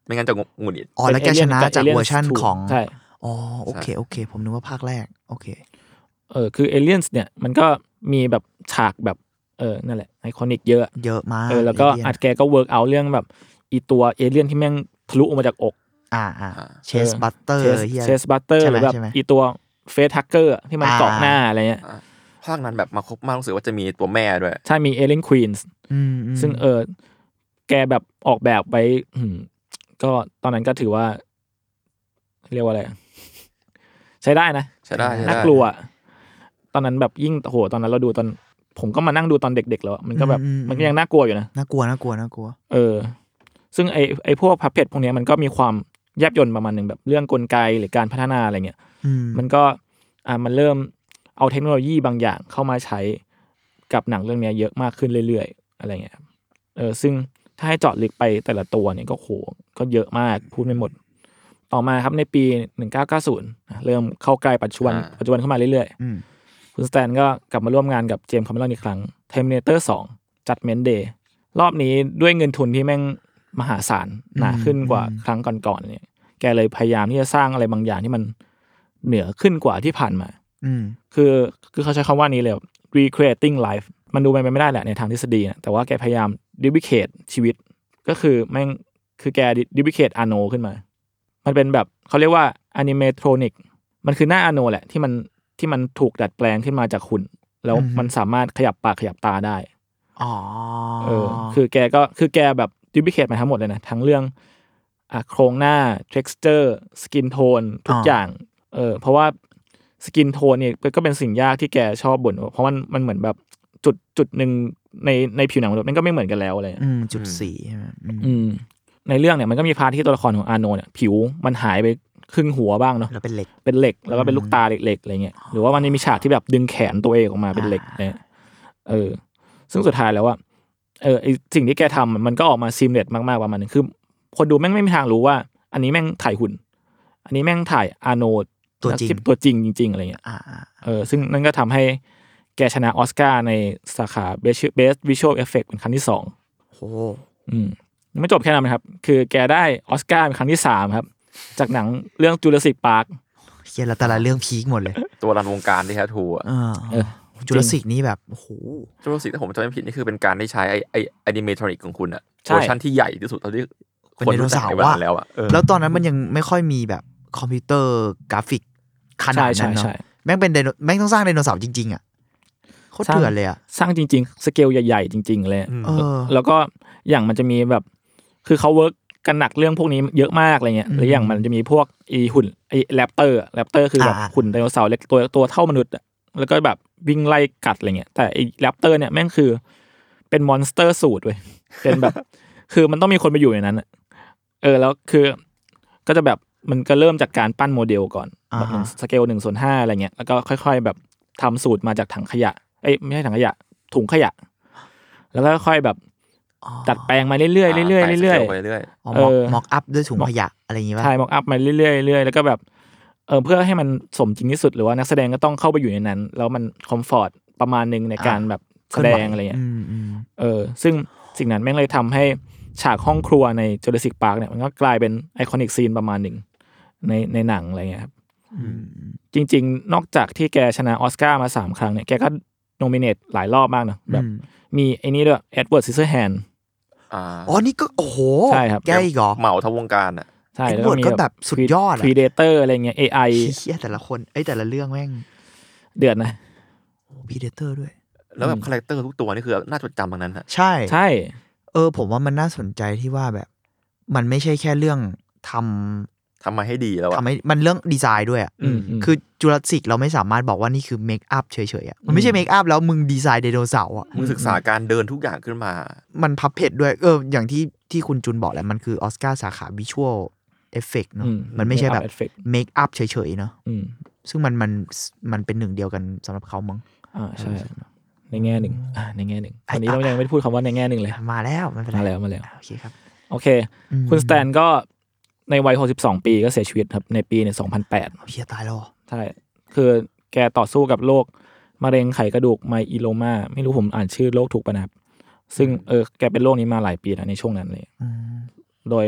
ไม่งั้นจะหงุดหงิดอ๋อแล้วแกชนะจากเวอร์ชั่นของใช่อ๋อโอเคโอเคผมนึกว่าภาคแรกโอเคเออคือ Aliens เนี่ยมันก็มีแบบฉากแบบเออนั่นแหละไอคอนิกเยอะเยอะมากเออแล้วก็อัดแกก็เวิร์กเอาเรื่องแบบอีตัวเอเลี่ยนที่แม่งทะลุออกมาจากอกอ่าอ่าเชสบัตเตอร์เฮียเชสบัตเตอร์หรือแบบอีตัวเฟสฮักเกอร์ที่มันเกาะหน้าอะไรเงี้ยภาคนั้นแบบมาครบมากรู้สึกว่าจะมีตัวแม่ด้วยใช่มีเอเลี่ยนควีนส์ซึ่งเออแกแบบออกแบบไว้ก็ตอนนั้นก็ถือว่าเรียกว่าอะไรใช้ได้นะใช้ได้น่ากลัวตอนนั้นแบบยิ่งโหตอนนั้นเราดูตอนผมก็มานั่งดูตอนเด็กๆแล้วมันก็แบบมันก็ยังน่ากลัวอยู่นะน่ากลัวน่ากลัวน่ากลัวเออซึ่งไอไอพวกพับเพจพวกนี้มันก็มีความแยบยลประมาณนึงแบบเรื่องกลไกหรือการพัฒนาอะไรเงี้ยมันก็อ่ามันเริ่มเอาเทคโนโลยีบางอย่างเข้ามาใช้กับหนังเรื่องนี้เยอะมากขึ้นเรื่อยๆอะไรเงี้ยเออซึ่งถ้าให้เจาะลึกไปแต่ละตัวเนี่ยก็โหก็เยอะมากพูดไม่หมดต่อมาครับในปีหนึ่งพันเก้าร้อยเก้าสิบเริ่มเข้าใกล้ปัจจุบันปัจจุบันเข้ามาเรื่อยๆคุณสแตนก็กลับมาร่วมงานกับเจมส์คาเมรอนอีกครั้ง Terminator สอง Judgment Day รอบนี้ด้วยเงินทุนที่แม่งมหาศาลหนาขึ้นกว่าครั้งก่อนๆเนี่ยแกเลยพยายามที่จะสร้างอะไรบางอย่างที่มันเหนือขึ้นกว่าที่ผ่านมาคือคือเขาใช้คำว่านี้เลย recreating life มันดูไปไม่ได้แหละในทางทฤษฎีนะแต่ว่าแกพยายาม duplicate ชีวิตก็คือแม่งคือแก duplicate Arno ขึ้นมามันเป็นแบบเขาเรียกว่า animatronic มันคือหน้า Arno แหละที่มันที่มันถูกดัดแปลงขึ้นมาจากหุ่นแล้วมันสามารถขยับปากขยับตาได้อ๋อเออคือแกก็คือแกแบบ duplicate มาทั้งหมดเลยนะทั้งเรื่องอ่ะโครงหน้า texture skin tone ทุกอย่างเออเพราะว่าสกินโทนเนี่ยก็เป็นสิ่งยากที่แกชอบบ่นเพราะมันมันเหมือนแบบจุดจุดหนึ่งในในผิวหนังมนุษย์มันก็ไม่เหมือนกันแล้วอะไรอืมจุดสีใช่ไหมอืมในเรื่องเนี่ยมันก็มีพาร์ทที่ตัวละครของอาร์โนเนี่ยผิวมันหายไปครึ่งหัวบ้างเนาะแล้วเป็นเหล็กเป็นเหล็กแล้วก็เป็นลูกตาเหล็กๆอะไรเงี้ยหรือว่ามันมีฉากที่แบบดึงแขนตัวเองออกมาเป็นเหล็กเนี่ยเออซึ่งสุดท้ายแล้วว่าเออไอสิ่งที่แกทำมันก็ออกมาซีมเลสมากๆประมาณนึงคือคนดูแม่งไม่มีทางรู้ว่าอันนี้แม่งถ่ายหุ่นอันนี้แม่งถ่ายอาร์โนตัวจริงตัวจริงจริงๆอะไรเงี้ยเออซึ่งนั่นก็ทำให้แกชนะออสการ์ในสาขา Best Visual Effect เป็นครั้งที่สองโอ้อืมยังไม่จบแค่นั้นนะครับคือแกได้ออสการ์เป็นครั้งที่สามครับจากหนังเรื่อง Jurassic Park เฮียแล้วแต่ละเรื่องพีคหมดเลยตัวรันวงการที่แท้ทรูอ่ะเออ Jurassic นี่แบบโอ้โห Jurassic ถ้าผมจำไม่ผิดนี่คือเป็นการได้ใช้ไอ้ไอ้ animatronic ของคุณอ่ะเวอร์ชันที่ใหญ่ที่สุดเท่าที่คนรู้จักแล้วอ่ะแล้วตอนนั้นมันยังไม่ค่อยมีแบบคอมพิวเตอร์กราฟิกขนาดนั้นเนาะแม่งเป็นไดโนแม่งต้องสร้างไดโนเสาร์จริงๆอ่ะโคตรเถื่อนเลยอ่ะสร้างจริงๆสเกลใหญ่ๆจริงๆเลยแล้วก็อย่างมันจะมีแบบคือเขาเวิร์กกันหนักเรื่องพวกนี้เยอะมากอะไรเงี้ยหรืออย่างมันจะมีพวกไอหุ่นไอแรปเตอร์แรปเตอร์คือแบบหุ่นไดโนเสาร์เล็กตัวตัวเท่ามนุษย์แล้วก็แบบวิ่งไล่กัดอะไรเงี้ยแต่ไอแรปเตอร์เนี่ยแม่งคือเป็นมอนสเตอร์สูตรเว้ยเป็นแบบคือมันต้องมีคนไปอยู่ในนั้นเออแล้วคือก็จะแบบมันก็เริ่มจากการปั้นโมเดลก่อนแบบสเกลหนึ่งส่วนห้าอะไรเงี้ยแล้วก็ค่อยๆแบบทำสูตรมาจากถังขยะเอ้ยไม่ใช่ถังขยะถุงขยะแล้วก็ค่อยแบบดัดแปลงมาเรื่อยๆเรื่อยๆเรื่อยๆเรื่อยๆเออม็อกอัพด้วยถุงขยะอะไรอย่างงี้ป่ะใช่ม็อกอัพมาเรื่อยๆเรื่อยๆแล้วก็แบบเออเพื่อให้มันสมจริงที่สุดหรือว่านักแสดงก็ต้องเข้าไปอยู่ในนั้นแล้วมันคอมฟอร์ตประมาณนึงในการแบบแสดงอะไรเงี้ยเออซึ่งสิ่งนั้นแม่งเลยทำให้ฉากห้องครัวใน Jurassic Park เนี่ยมันก็กลายเป็นไอคอนิกซีนประมาณนึงในในหนังอะไรเงี้ยครับจริงๆนอกจากที่แกชนะออสการ์มาสามครั้งเนี่ยแกก็โนมิเนตหลายรอบมากนะแบบมีไอ้นี่ด้วยเอ็ดเวิร์ดซิสเซอร์แฮนด์อ๋อนี่ก็โอ้โหใช่ครับแกอีกเหรอเหมาทั้งวงการอ่ะใช่เอ็ดเวิร์ดก็แบบสุดยอดอ่ะ Predator อะไรเงี้ย เอ ไอเหี้ยแต่ละคนไอ้แต่ละเรื่องแม่งเดือดนะโอ้ Predator ด้วยแล้วแบบคาแรคเตอร์ทุกตัวนี่คือน่าจดจำทั้งนั้นฮะใช่ใช่เออผมว่ามันน่าสนใจที่ว่าแบบมันไม่ใช่แค่เรื่องทำทำมาให้ดีแล้วทำให้มันเรื่องดีไซน์ด้วยอ่ะคือจูราสสิกเราไม่สามารถบอกว่านี่คือเมคอัพเฉยๆอ่ะมันไม่ใช่เมคอัพแล้วมึงดีไซน์ไดโนเสาร์อ่ะมึงศึกษาการเดินทุกอย่างขึ้นมามันพับเพจด้วยเอออย่างที่ที่คุณจุนบอกแหละมันคือออสการ์สาขาวิชวลเอฟเฟกต์เนาะมันไม่ใช่แบบเมคอัพเฉยๆเนาะซึ่งมันมันมันเป็นหนึ่งเดียวกันสำหรับเขามั้งอ่าใช่ในแง่หนึ่งอ่าในแง่หนึ่งวันนี้เรายังไม่ได้พูดคำว่าในแง่หนึ่งเลยมาแล้วไม่เป็นไรมาแล้วมาแล้วโอเคครับโอเคคุณสแตนก็ในวัยหกสิบสองปีก็เสียชีวิตครับในปีเนี่ยสองพันแปดเฮียตายแล้วใช่คือแกต่อสู้กับโรคมะเร็งไขกระดูกไมอิโลมาไม่รู้ผมอ่านชื่อโรคถูกป่ะนะครับซึ่งเออแกเป็นโรคนี้มาหลายปีแล้วในช่วงนั้นเลยโดย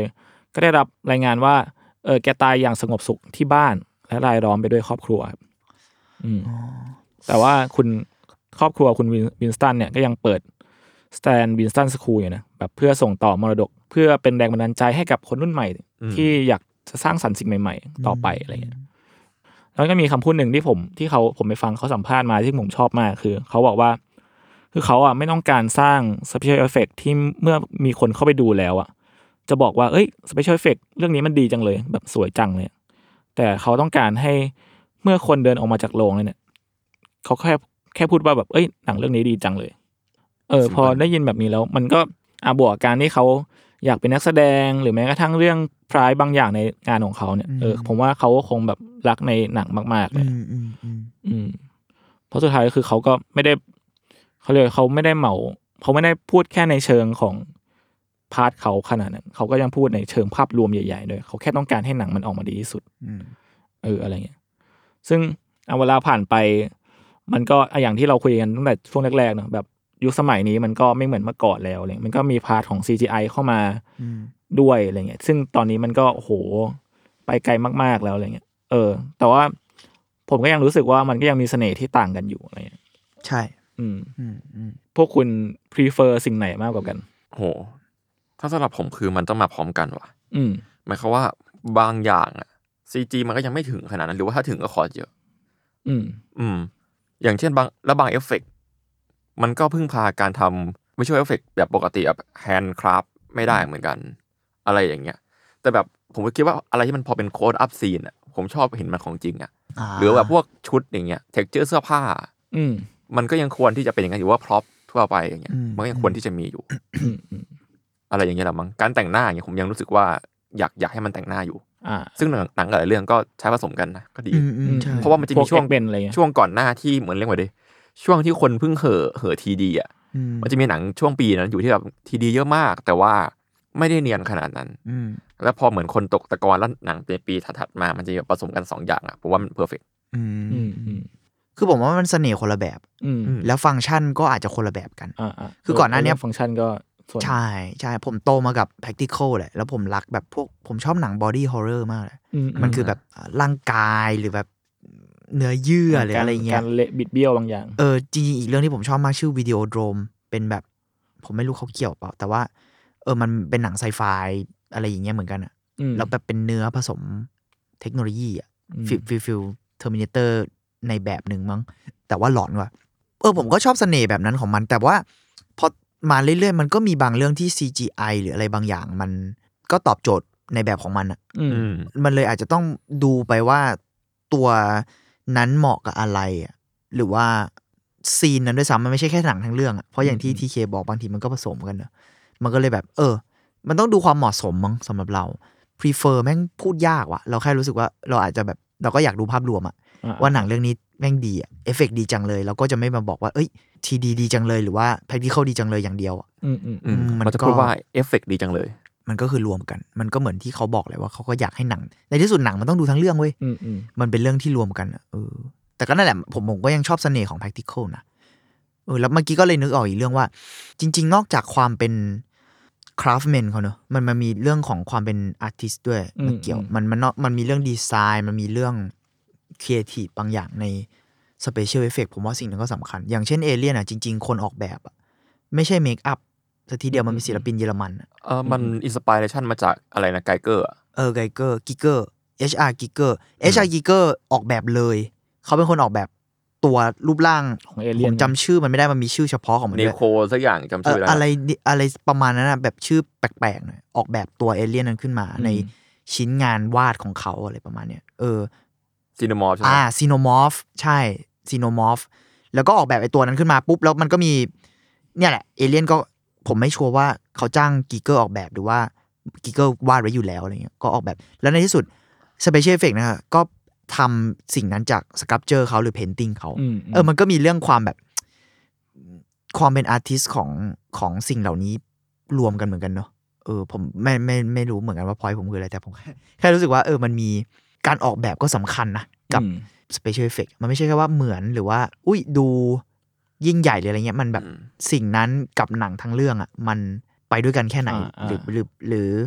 ก็ได้รับรายงานว่าเออแกตายอย่างสงบสุขที่บ้านและรายล้อมไปด้วยครอบครัวครับอืมแต่ว่าคุณครอบครัวคุณวินสตันเนี่ยก็ยังเปิดสแตนวินสตันสคูลอยู่นะแบบเพื่อส่งต่อมรดกเพื่อเป็นแรงบันดาลใจให้กับคนรุ่นใหม่ที่อยากจะสร้างสรรค์สิ่งใหม่ๆต่อไปอะไรเงี้ยแล้วก็มีคำพูดหนึ่งที่ผมที่เขาผมไปฟังเขาสัมภาษณ์มาที่ผมชอบมากคือเขาบอกว่าคือเขาอ่ะไม่ต้องการสร้าง special effect ที่เมื่อมีคนเข้าไปดูแล้วอ่ะจะบอกว่าเอ้ย special effect เรื่องนี้มันดีจังเลยแบบสวยจังเลยแต่เขาต้องการให้เมื่อคนเดินออกมาจากโรงเนี่ยเขาแค่แค่พูดว่าแบบเอ้ยหนังเรื่องนี้ดีจังเลยเออพอได้ยินแบบนี้แล้วมันก็อ่ะบวกการที่เขาอยากเป็นนักแสดงหรือแม้กระทั่งเรื่องพรายบางอย่างในงานของเขาเนี่ยเออผมว่าเขาคงแบบรักในหนังมากๆเลยอืมอืมอืมเพราะสุดท้ายก็คือเขาก็ไม่ได้เขาเรียกเขาไม่ได้เหมาเขาไม่ได้พูดแค่ในเชิงของพาร์ทเขาขนาดนั้นเขาก็ยังพูดในเชิงภาพรวมใหญ่ๆด้วยเขาแค่ต้องการให้หนังมันออกมาดีที่สุดเอออะไรเงี้ยซึ่งเอาเวลาผ่านไปมันก็อย่างที่เราคุยกันตั้งแต่ช่วงแรกๆเนาะแบบยุคสมัยนี้มันก็ไม่เหมือนเมื่อก่อนแล้วอะไรมันก็มีพาร์ทของ ซี จี ไอ เข้ามาด้วยอะไรเงี้ยซึ่งตอนนี้มันก็โอ้โหไปไกลมากๆแล้วอะไรเงี้ยเออแต่ว่าผมก็ยังรู้สึกว่ามันก็ยังมีเสน่ห์ที่ต่างกันอยู่อะไรเงี้ยใช่อืมอืมพวกคุณ prefer สิ่งไหนมากกว่ากันโหถ้าสำหรับผมคือมันต้องมาพร้อมกันว่ะอืมหมายความว่าบางอย่างอ่ะ ซี จี มันก็ยังไม่ถึงขนาดนั้นหรือว่าถ้าถึงก็ขอเยอะอืมอืมอย่างเช่นบางแล้วบางเอฟเฟกต์มันก็พึ่งพาการทำไม่ใช่เอฟเฟกต์แบบปกติแบบแฮนด์คราฟไม่ได้เหมือนกันอะไรอย่างเงี้ยแต่แบบผมก็คิดว่าอะไรที่มันพอเป็นโค้ดอัพซีนอ่ะผมชอบเห็นมันของจริงอ่ะหรือแบบพวกชุดอย่างเงี้ยเท็กเจอร์เสื้อผ้าอืมมันก็ยังควรที่จะเป็นอย่างนั้นอยู่ว่าพร็อพทั่วไปอย่างเงี้ยมันก็ยังควรที่จะมีอยู่อะไรอย่างเงี้ยแหละมั้งการแต่งหน้าอย่างเงี้ยผมยังรู้สึกว่าอยากอยากให้มันแต่งหน้าอยู่ซึ่งหนังหลายเรื่องก็ใช้ผสมกันนะก็ดีเพราะว่ามันจะมีช่วงช่วงก่อนหน้าที่เหมือนเรียกว่าดิช่วงที่คนเพิ่งเห่อเห่อทีดีอ่ะมันจะมีหนังช่วงปีนั้นอยู่ที่แบบทีดีเยอะมากแต่ว่าไม่ได้เนียนขนาดนั้นแล้วพอเหมือนคนตกตะกอนแล้วหนังในปีถัดๆมามันจะผสมกันสองอย่างอ่ะผมว่ามันเพอร์เฟคคือผมว่ามันเสน่ห์คนละแบบแล้วฟังก์ชันก็อาจจะคนละแบบกันคือก่อนหน้านี้ฟังก์ชันก็ใช่ใช่ผมโตมากับ practical แหละแล้วผมรักแบบพวกผมชอบหนัง body horror มากเลยมันคือแบบร่างกายหรือแบบเนื้อเยื่อหรืออะไรเงี้ยการเละบิดเบี้ยวบางอย่างเออจริงๆอีกเรื่องที่ผมชอบมากชื่อ Videodrome เป็นแบบผมไม่รู้เขาเกี่ยวเปล่าแต่ว่าเออมันเป็นหนังไซไฟอะไรอย่างเงี้ยเหมือนกันอ่ะแล้วแบบเป็นเนื้อผสมเทคโนโลยีอ่ะฟิลฟิลฟิล Terminator ในแบบหนึ่งมั้งแต่ว่าหลอนว่ะเออผมก็ชอบเสน่ห์แบบนั้นของมันแต่ว่าพอมาเรื่อยๆมันก็มีบางเรื่องที่ ซี จี ไอ หรืออะไรบางอย่างมันก็ตอบโจทย์ในแบบของมันอ่ะมันเลยอาจจะต้องดูไปว่าตัวนั้นเหมาะกับอะไรอ่ะหรือว่าซีนนั้นด้วยซ้ำมันไม่ใช่แค่หนังทั้งเรื่องอ่ะเพราะอย่างที่ทีเคบอกบางทีมันก็ผสมกันเนอะมันก็เลยแบบเออมันต้องดูความเหมาะสมมั้งสำหรับเรา prefer แม่งพูดยากว่ะเราแค่รู้สึกว่าเราอาจจะแบบเราก็อยากดูภาพรวมอ่ะว่าหนังเรื่องนี้แม่งดีอ่ะเอฟเฟกต์ดีจังเลยเราก็จะไม่มาบอกว่าเอ้ยทีดีดีจังเลยหรือว่า practical ดีจังเลยอย่างเดียวอ่ะมันจะพูดว่าเอฟเฟกต์ดีจังเลยมันก็คือรวมกันมันก็เหมือนที่เขาบอกเลยว่าเขาก็อยากให้หนังในที่สุดหนังมันต้องดูทั้งเรื่องเว้ยมันเป็นเรื่องที่รวมกันเออแต่ก็นั่นแหละผมผมก็ยังชอบเสน่ห์ของ practical นะเออแล้วเมื่อกี้ก็เลยนึกออกอีกเรื่องว่าจริงๆนอกจากความเป็น craftman เขาเนอะมันมันมีเรื่องของความเป็น artist ด้วยมันเกี่ยวมันมันมันมีเรื่องดีไซน์มันมีเรื่อง creative บางอย่างใน special effect ผมว่าสิ่งนั้นก็สำคัญอย่างเช่นเอเลี่ยนอ่ะจริงๆคนออกแบบอ่ะไม่ใช่เมคอัพแต่ทีเดียวมันมีศิลปินเยอรมันเออมันอินสไปเรชันมาจากอะไรนะไกเกอร์เออไกเกอร์กิเกอร์ เอช อาร์ กิเกอร์ เอช อาร์ กิเกอร์ออกแบบเลยเขาเป็นคนออกแบบตัวรูปร่างของเอเลี่ยนผมจำชื่อมันไม่ได้มันมีชื่อเฉพาะของมันด้วยเนโคสักอย่างจำชื่อได้อะไรอะไรประมาณนั้นนะแบบชื่อแปลกๆหน่อยออกแบบตัวเอเลี่ยนนั้นขึ้นมาในชิ้นงานวาดของเขาอะไรประมาณเนี้ยเออซีโนมอร์ฟใช่อ่าซีโนมอร์ฟใช่ซีโนมอร์ฟแล้วก็ออกแบบไอ้ตัวนั้นขึ้นมาปุ๊บแล้วมันก็มีเนี่ยแหละเอเลี่ยนก็ผมไม่ชัวร์ว่าเขาจ้างกิเกอร์ออกแบบหรือว่ากิเกอร์วาดไว้อยู่แล้วอะไรเงี้ยก็ออกแบบแล้วในที่สุด Special Effect นะฮะก็ทำสิ่งนั้นจากสครับเจอร์เขาหรือเพนติ้งเขาเออมันก็มีเรื่องความแบบความเป็นอาร์ติสต์ของของสิ่งเหล่านี้รวมกันเหมือนกันเนาะเออผมไม่ไม่ไม่รู้เหมือนกันว่าพอยต์ผมคืออะไรแต่ผมแค่รู้สึกว่าเออมันมีการออกแบบก็สำคัญนะกับ Special Effect มันไม่ใช่แค่ว่าเหมือนหรือว่าอุ้ยดูยิ่งใหญ่หรืออะไรเงี้ยมันแบบสิ่งนั้นกับหนังทั้งเรื่องอ่ะมันไปด้วยกันแค่ไหนหรือหรือหรือ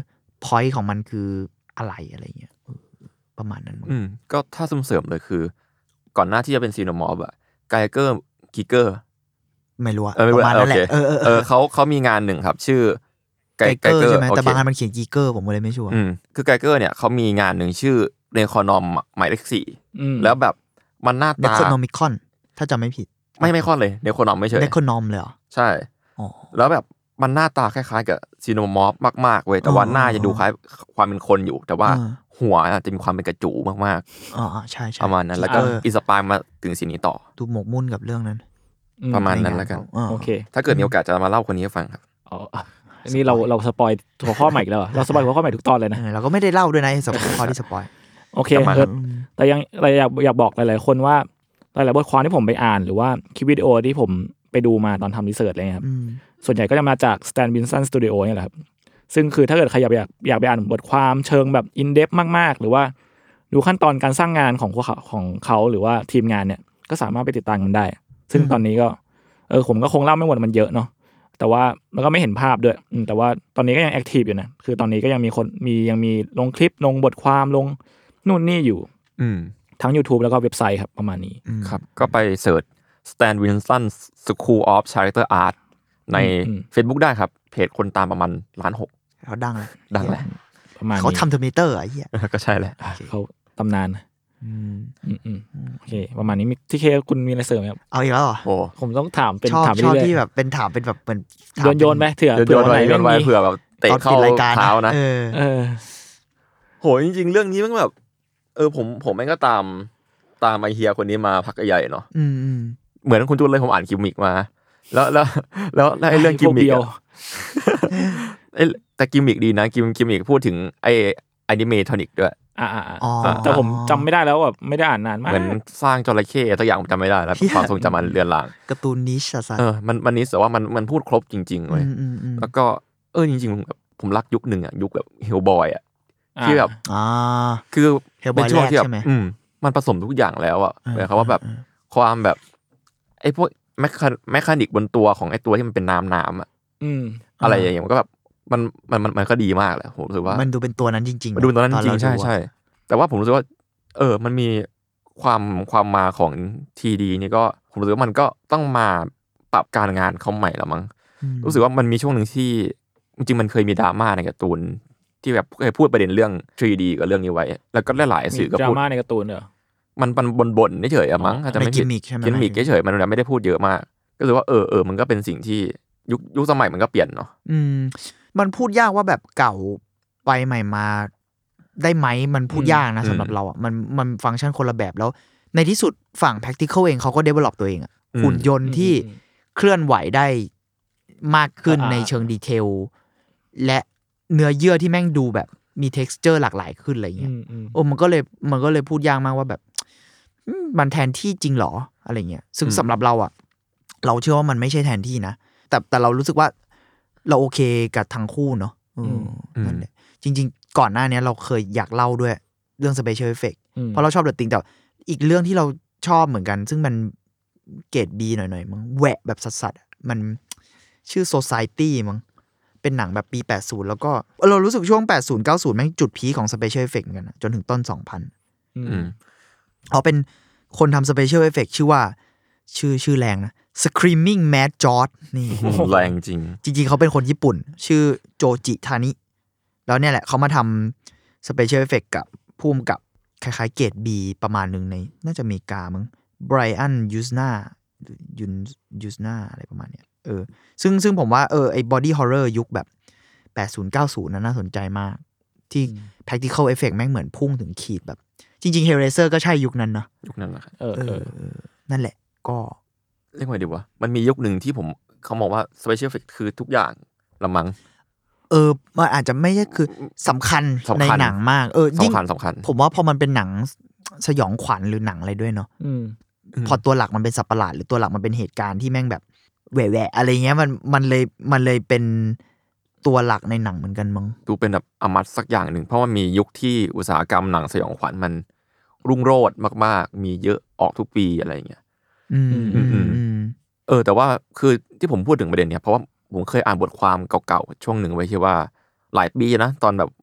point ของมันคืออะไรอะไรเงี้ยประมาณนั้นอืมก็ถ้าเสริมๆเลยคือก่อนหน้าที่จะเป็นซีโนมอร์ฟอะไกเกอร์กิเกอร์ไม่รู้อะเออประมาณนั้นแหละเออเออเขาเขามีงานหนึ่งครับชื่อไกเกอร์ใช่ไหมแต่บางอันมันเขียนกิเกอร์ผมก็เลยไม่ชัวร์อืมคือไกเกอร์เนี่ยเขามีงานหนึ่งชื่อเรคอนอมหมายเลขสี่แล้วแบบมันหน้าตา Necronomicon ถ้าจำไม่ผิดไม่ไม่ค่อนเลยเนโครนอมไม่เฉย Necronom เลยเหรอใช่แล้วแบบมันหน้าตาคล้ายๆกับซีโนมอร์ฟมากๆเว้ยแต่ว่าหน้าจะดูคล้ายความเป็นคนอยู่แต่ว่าหัวจะมีความเป็นกระจูมากๆอ๋อใช่ๆประมาณนั้นแล้วก็อินสปายมาถึงสิ่งนี้ต่อดูหมกมุ่นกับเรื่องนั้นประมาณนั้นแล้วกันโอเคถ้าเกิดมีโอกาสจะมาเล่าคนนี้ให้ฟังครับอ๋ออันนี้เราเราสปอยหัวข้อใหม่แล้วเราสปอยหัวข้อใหม่ทุกตอนเลยนะเราก็ไม่ได้เล่าด้วยนะสปอยที่สปอยโอเคแต่ยังเราอยากอยากบอกหลายๆคนว่าหลายๆบทความที่ผมไปอ่านหรือว่าคลิปวิดีโอที่ผมไปดูมาตอนทำรีเสิร์ชอะไรเงี้ยครับส่วนใหญ่ก็จะมาจาก Stan Winston Studio นี่แหละครับซึ่งคือถ้าเกิดใครอยากอยากอยากไปอ่านบทความเชิงแบบอินเดปมากๆหรือว่าดูขั้นตอนการสร้างงานของพวกเขาของเขาหรือว่าทีมงานเนี่ยก็สามารถไปติดตามกันได้ซึ่งตอนนี้ก็เออผมก็คงเล่าไม่หมดมันเยอะเนาะแต่ว่ามันก็ไม่เห็นภาพด้วยแต่ว่าตอนนี้ก็ยังแอคทีฟอยู่นะคือตอนนี้ก็ยังมีคนมียังมีลงคลิปลงบทความลงนู่นนี่อยู่ทั้ง YouTube แล้วก็เว็บไซต์ครับประมาณนี้ครับก็ไปเสิร์ช Stan Winston School of Character Art ใน Facebook ได้ครับเพจคนตามประมาณล้านหกเขาดังเลยดังแหละประมาณนี้เขาทำเทอร์มิเตอร์อ่ะเหี้ยก็ใช่แหละเขาตำนานอืมอืมโอเคประมาณนี้ที่เคคุณมีอะไรเสริมไหมครับเอาอีกแล้วเหรอโอ้ผมต้องถามเป็นถามไปเรื่อยๆที่แบบเป็นถามเป็นแบบเป็นโยนโยนไหมเถื่อเผื่อไหนโยนไว้เผื่อแบบเตะเข้ารายการเท้านะเออเออโหจริงๆเรื่องนี้มันแบบเออผมผมแม่งก็ตามตามไอเฮียคนนี้มาพักใหญ่เนาะเหมือนคุณจูนเลยผมอ่านกิมมิกมาแล้วแล้วแล้วไอ้เรื่องกิมมิกไอ้แต่กิมมิกดีนะกิมกิมมิกพูดถึงไอ้แอนิเมทอนิกด้วยอ่าๆแต่ผมจำไม่ได้แล้วแบบไม่ได้อ่านนานมากเหมือนสร้างจระเข้ตัวอย่างผมจำไม่ได้แล้วความทรงจำมันเลือนลางการ์ตูนนิชอะเออมันมันนิชแต่ว่ามันมันพูดครบจริงๆเว้ยแล้วก็เออจริงๆแบบผมรักยุคหนึ่งอ่ะยุคแบบเฮลบอยอ่ะที่แบบคือเป็นช่วงที่แบบอืมมันผสมทุกอย่างแล้วอ่ะหมายความว่าแบบความแบบไอ้พวกแมคแมคานิกบนตัวของไอ้ตัวที่มันเป็นน้ำน้ำอ่ะอะไรอย่างเงี้ยมันก็แบบมันมันมันมันก็ดีมากแหละผมรู้สึกว่ามันดูเป็นตัวนั้นจริงๆมันดูตัวนั้นจริงใช่ใช่แต่ว่าผมรู้สึกว่าเออมันมีความความมาของ ที ดี นี่ก็ผมรู้สึกว่ามันก็ต้องมาปรับการงานเขาใหม่แล้วมั้งรู้สึกว่ามันมีช่วงหนึ่งที่จริงๆมันเคยมีดราม่าในการ์ตูนที่แบบเคยพูดประเด็นเรื่อง ทรี ดี กับเรื่องนี้ไว้แล้วก็หลายๆสื่อก็พูดดราม่าในการ์ตูนเหรอมันมันบ่นๆเฉยๆอ่ะมั้งอาจจะไม่กิมมิกใช่มั้ยกิมมิกเฉยๆมันไม่ได้พูดเยอะมากก็รู้สึกว่าเออเออมันก็เป็นสิ่งที่ยุคยุคสมัยมันก็เปลี่ยนเนาะอืมมันพูดยากว่าแบบเก่าไปใหม่มาได้ไหมมันพูดยากนะสำหรับเราอ่ะมันมันฟังก์ชันคนละแบบแล้วในที่สุดฝั่ง practical เองเขาก็ develop ตัวเองอ่ะหุ่นยนต์ที่เคลื่อนไหวได้มากขึ้นในเชิงดีเทลและเนื้อเยื่อที่แม่งดูแบบมี texture หลากหลายขึ้นอะไรเงี้ยโอ้มันก็เลยมันก็เลยพูดยากมากว่าแบบมันแทนที่จริงหรออะไรเงี้ยซึ่งสำหรับเราอ่ะเราเชื่อว่ามันไม่ใช่แทนที่นะแต่แต่เรารู้สึกว่าเราโอเคกับทั้งคู่เนาะนั่นแหละจริงๆก่อนหน้านี้เราเคยอยากเล่าด้วยเรื่อง Special Effect เพราะเราชอบเดอะติงแต่อีกเรื่องที่เราชอบเหมือนกันซึ่งมันเกรด B หน่อยๆมั้งแหวะแบบสัสๆมันชื่อ Society มั้งเป็นหนังแบบปีแปดสิบแล้วก็เรารู้สึกช่วงแปดสิบ เก้าสิบแม่งจุดพีคของ Special Effect เหมือนกันจนถึงต้น สองพัน อืมอ๋อเป็นคนทำ Special Effect ชื่อว่าชื่อชื่อแรงนะ Screaming Mad George นี่แรงจริงจริงๆเขาเป็นคนญี่ปุ่นชื่อโจจิทานิแล้วเนี่ยแหละเขามาทำ Special Effect กับภูมิกับคล้ายๆเกรด B ประมาณนึงในน่าจะอเมริกามั้ง Brian Yuzna ยุน Yuzna อะไรประมาณเนี้ยเออซึ่งซึ่งผมว่าเออไอ้ body horror ยุคแบบแปดสิบ เก้าสิบนั้นน่าสนใจมากที่ practical effect แม่งเหมือนพุ่งถึงขีดแบบจริงๆ Hellraiser ก็ใช่ยุคนั้นเนาะยุคนั้นแหละเออเออนั่นแหละก็เรียกว่าดีวะมันมียุคหนึ่งที่ผมเขามองว่า special effect คือทุกอย่างละมั้งเออมันอาจจะไม่ใช่คือสำคัญในหนังมากเออยิ่งสำคัญสำคัญผมว่าพอมันเป็นหนังสยองขวัญหรือหนังอะไรด้วยเนาะพอตัวหลักมันเป็นสัตว์ประหลาดหรือตัวหลักมันเป็นเหตุการณ์ที่แม่งแบบแหวะๆอะไรเงี้ยมันมันเลยมันเลยเป็นตัวหลักในหนังเหมือนกันมั้งดูเป็นแบบอมตะสักอย่างหนึ่งเพราะว่ามียุคที่อุตสาหกรรมหนังสยองขวัญมันรุ่งโรจน์มากๆมีเยอะออกทุกปีอะไรเงี้ยอืมเออแต่ว่าคือที่ผมพูดถึงประเด็นเนี้ยเพราะว่าผมเคยอ่านบทความเก่าๆช่วงหนึ่งไว้ที่ว่าหลายปีนะตอนแบบ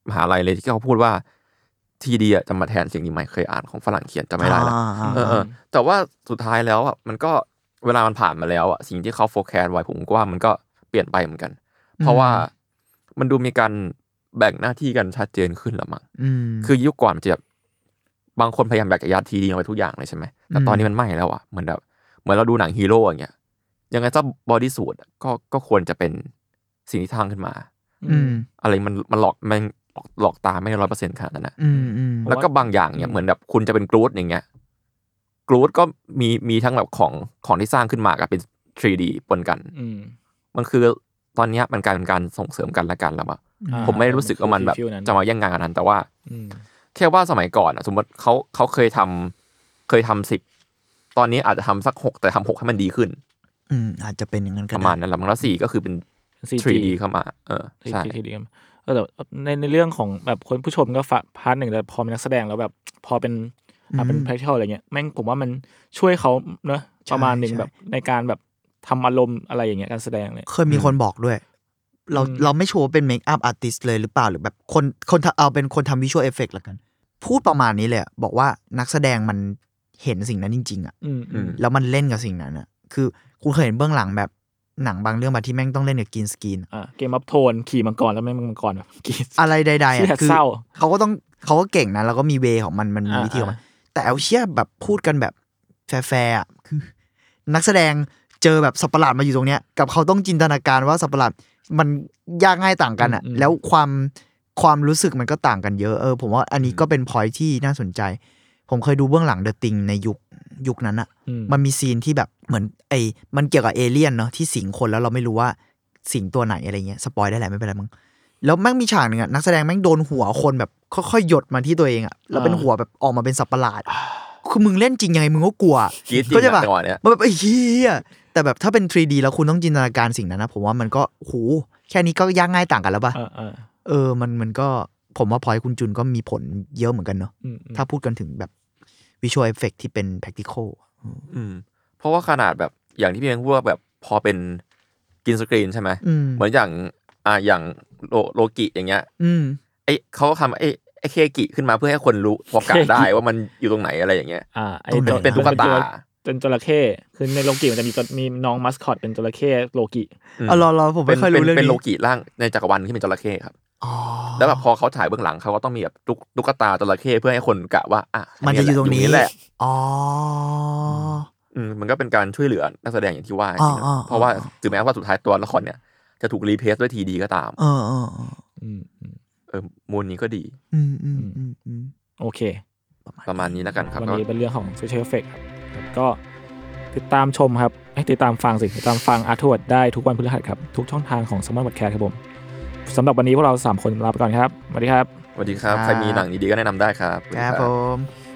มหาลัยเลยที่เขาพูดว่าทีดีอ่ะจะมาแทนสิ่งนี้ใหม่เคยอ่านของฝรั่งเขียนจะไม่ได้ละเออๆแต่ว่าสุดท้ายแล้วอ่ะมันก็เวลามันผ่านมาแล้วอ่ะสิ่งที่เขาโฟกัสไว้ผมก็ว่ามันก็เปลี่ยนไปเหมือนกันเพราะว่ามันดูมีการแบ่งหน้าที่กันชัดเจนขึ้นละมั้งคือยุคก่อนมันจะบางคนพยายามอยากจะยัดทีดีลงไปทุกอย่างเลยใช่ไหมแต่ตอนนี้มันไม่แล้วอ่ะเหมือนแบบเหมือนเราดูหนังฮีโร่อย่างเงี้ยยังไงเจ้าบอดี้สูทก็ก็ควรจะเป็นสิ่งที่ทางขึ้นมาอะไรมันมันหลอกมันหลอกตาไม่ร้อยเปอร์เซ็นต์ขนาดนั้นนะแล้วก็บางอย่างเนี่ยเหมือนแบบคุณจะเป็นกรูดอย่างเงี้ยกรูดก็มีมีทั้งแบบของของที่สร้างขึ้นมากับเป็น ทรี ดี ปนกันมันคือตอนนี้มันกลายเป็นการส่งเสริมกันและกันแล้วอะผมไม่รู้สึกว่ามันแบบจะมาแย่งงานกันนั้นแต่ว่าแค่ว่าสมัยก่อนอะสมมติเขาเขาเคยทำเคยทำสิบตอนนี้อาจจะทำสักหกแต่ทำหกให้มันดีขึ้นอืมอาจจะเป็นอย่างนั้นก็ประมาณนั้นแหละมันแล้วสี่ก็คือเป็น ทรี ดี เข้ามาเออใช่แต่ในในเรื่องของแบบคนผู้ชมก็ฝากพาร์ทหนึ่งแต่พอเป็นนักแสดงแล้วแบบพอเป็นอ่าเป็น practical อะไรเงี้ยแม่งผมว่ามันช่วยเขาเนอะประมาณนึงแบบในการแบบทำอารมณ์อะไรอย่างเงี้ยการแสดงเลยเคยมีคนบอกด้วยเราเราไม่ชัวร์เป็นเมคอัพอาร์ติสต์เลยหรือเปล่าหรือแบบคนคนเอาเป็นคนทำวิชวลเอฟเฟกต์ละกันพูดประมาณนี้เลยบอกว่านักแสดงมันเห็นสิ่งนั้นจริงๆอ่ะแล้วมันเล่นกับสิ่งนั้นอ่ะคือคุณเคยเห็นเบื้องหลังแบบหนังบางเรื่องมาที่แม่งต้องเล่นกับกรีนสกรีนอ่าเกมอัพโทนขี่มังกรแล้วแม่งมังกรแบบกรีนอะไรใดๆอ่ะคือเขาก็ต้องเขาก็เก่งนะแล้วก็มีเวของมันมันมีวิธีของมันแต่เอาเชี่ยแบบพูดกันแบบแฟร์ๆอ่ะคือนักแสดงเจอแบบสัตว์ประหลาดมาอยู่ตรงเนี้ยกับเขาต้องจินตนาการว่าสัตว์ประหลาดมันยากง่ายต่างกันอ่ะแล้วความความรู้สึกมันก็ต่างกันเยอะเออผมว่าอันนี้ก็เป็นพอยท์ที่น่าสนใจผมเคยดูเบื้องหลัง The Thing ในยุคยุคนั้นอ่ะมันมีซีนที่แบบเหมือนไอ้มันเกี่ยวกับเอเลี่ยนเนาะที่สิงคนแล้วเราไม่รู้ว่าสิงตัวไหนอะไรเงี้ยสปอยได้แหละไม่เป็นไรมึงแล้วแม่งมีฉากนึงอ่ะนักแสดงแม่งโดนหัวคนแบบค่อยๆหยดมาที่ตัวเองอ่ะแล้วเป็นหัวแบบออกมาเป็นสัตว์ประหลาดคือมึงเล่นจริงยังไงมึงก็กลัวก็จะแบบมันแบบไอ้เหี้ยแต่แบบถ้าเป็น ทรี ดี แล้วคุณต้องจินตนาการสิ่งนั้นนะผมว่ามันก็โหแค่นี้ก็ยากง่ายต่างกันแล้วป่ะเออมันมันก็ผมว่าพอยคุณจุนก็มีผลเยอะเหมือนกันเนาะถ้าพูดกันถึงแบบวิชวลเอฟเฟคที่เป็น practical อืมเพราะว่าขนาดแบบอย่างที่พี่เองพูดว่าแบบพอเป็นกินสกรีนใช่ไหมเหมือนอย่างอ่าอย่างโลโลกิอย่างเงี้ยไอเขาทำไอไอเคกิขึ้นมาเพื่อให้คนรู้พอกะได้ว่ามันอยู่ตรงไหนอะไรอย่างเงี้ยอ่าไอเป็นตุ๊กตาเป็นจระเข้คือในโลกิมันจะมีมีน้องมัสคอตเป็นจระเข้โลกิอ๋อรอๆผมไม่เคยรู้เรื่องนี้เป็นโลกิร่างในจักรวาลที่เป็นจระเข้ครับแล้วแบบพอเขาถ่ายเบื้องหลังเขาก็ต้องมีแบบตุ๊กตาจระเข้เพื่อให้คนกะว่าอ่ะมันจะอยู่ตรงนี้แหละอ๋ออืมมันก็เป็นการช่วยเหลือนักแสดงอย่างที่ว่าจริงๆเพราะว่าถึงแม้ว่าสุดท้ายตัวละครเนี่ยจะถูกรีเพลซด้วยทีดีก็ตามเออเออเออมูลนี้ก็ดีอืมอืมอืมอืมโอเคประมาณนี้แล้วกันครับวันนี้เป็นเรื่องของ Special Effect ครับก็ติดตามชมครับให้ติดตามฟังสิติดตามฟังอาร์ทวดได้ทุกวันพฤหัสครับทุกช่องทางของ Smart Podcast ครับผมสำหรับวันนี้พวกเราสามคนลาไปก่อนครับสวัสดีครับสวัสดีครับใครมีหนังดีๆก็แนะนำได้ครับครับผม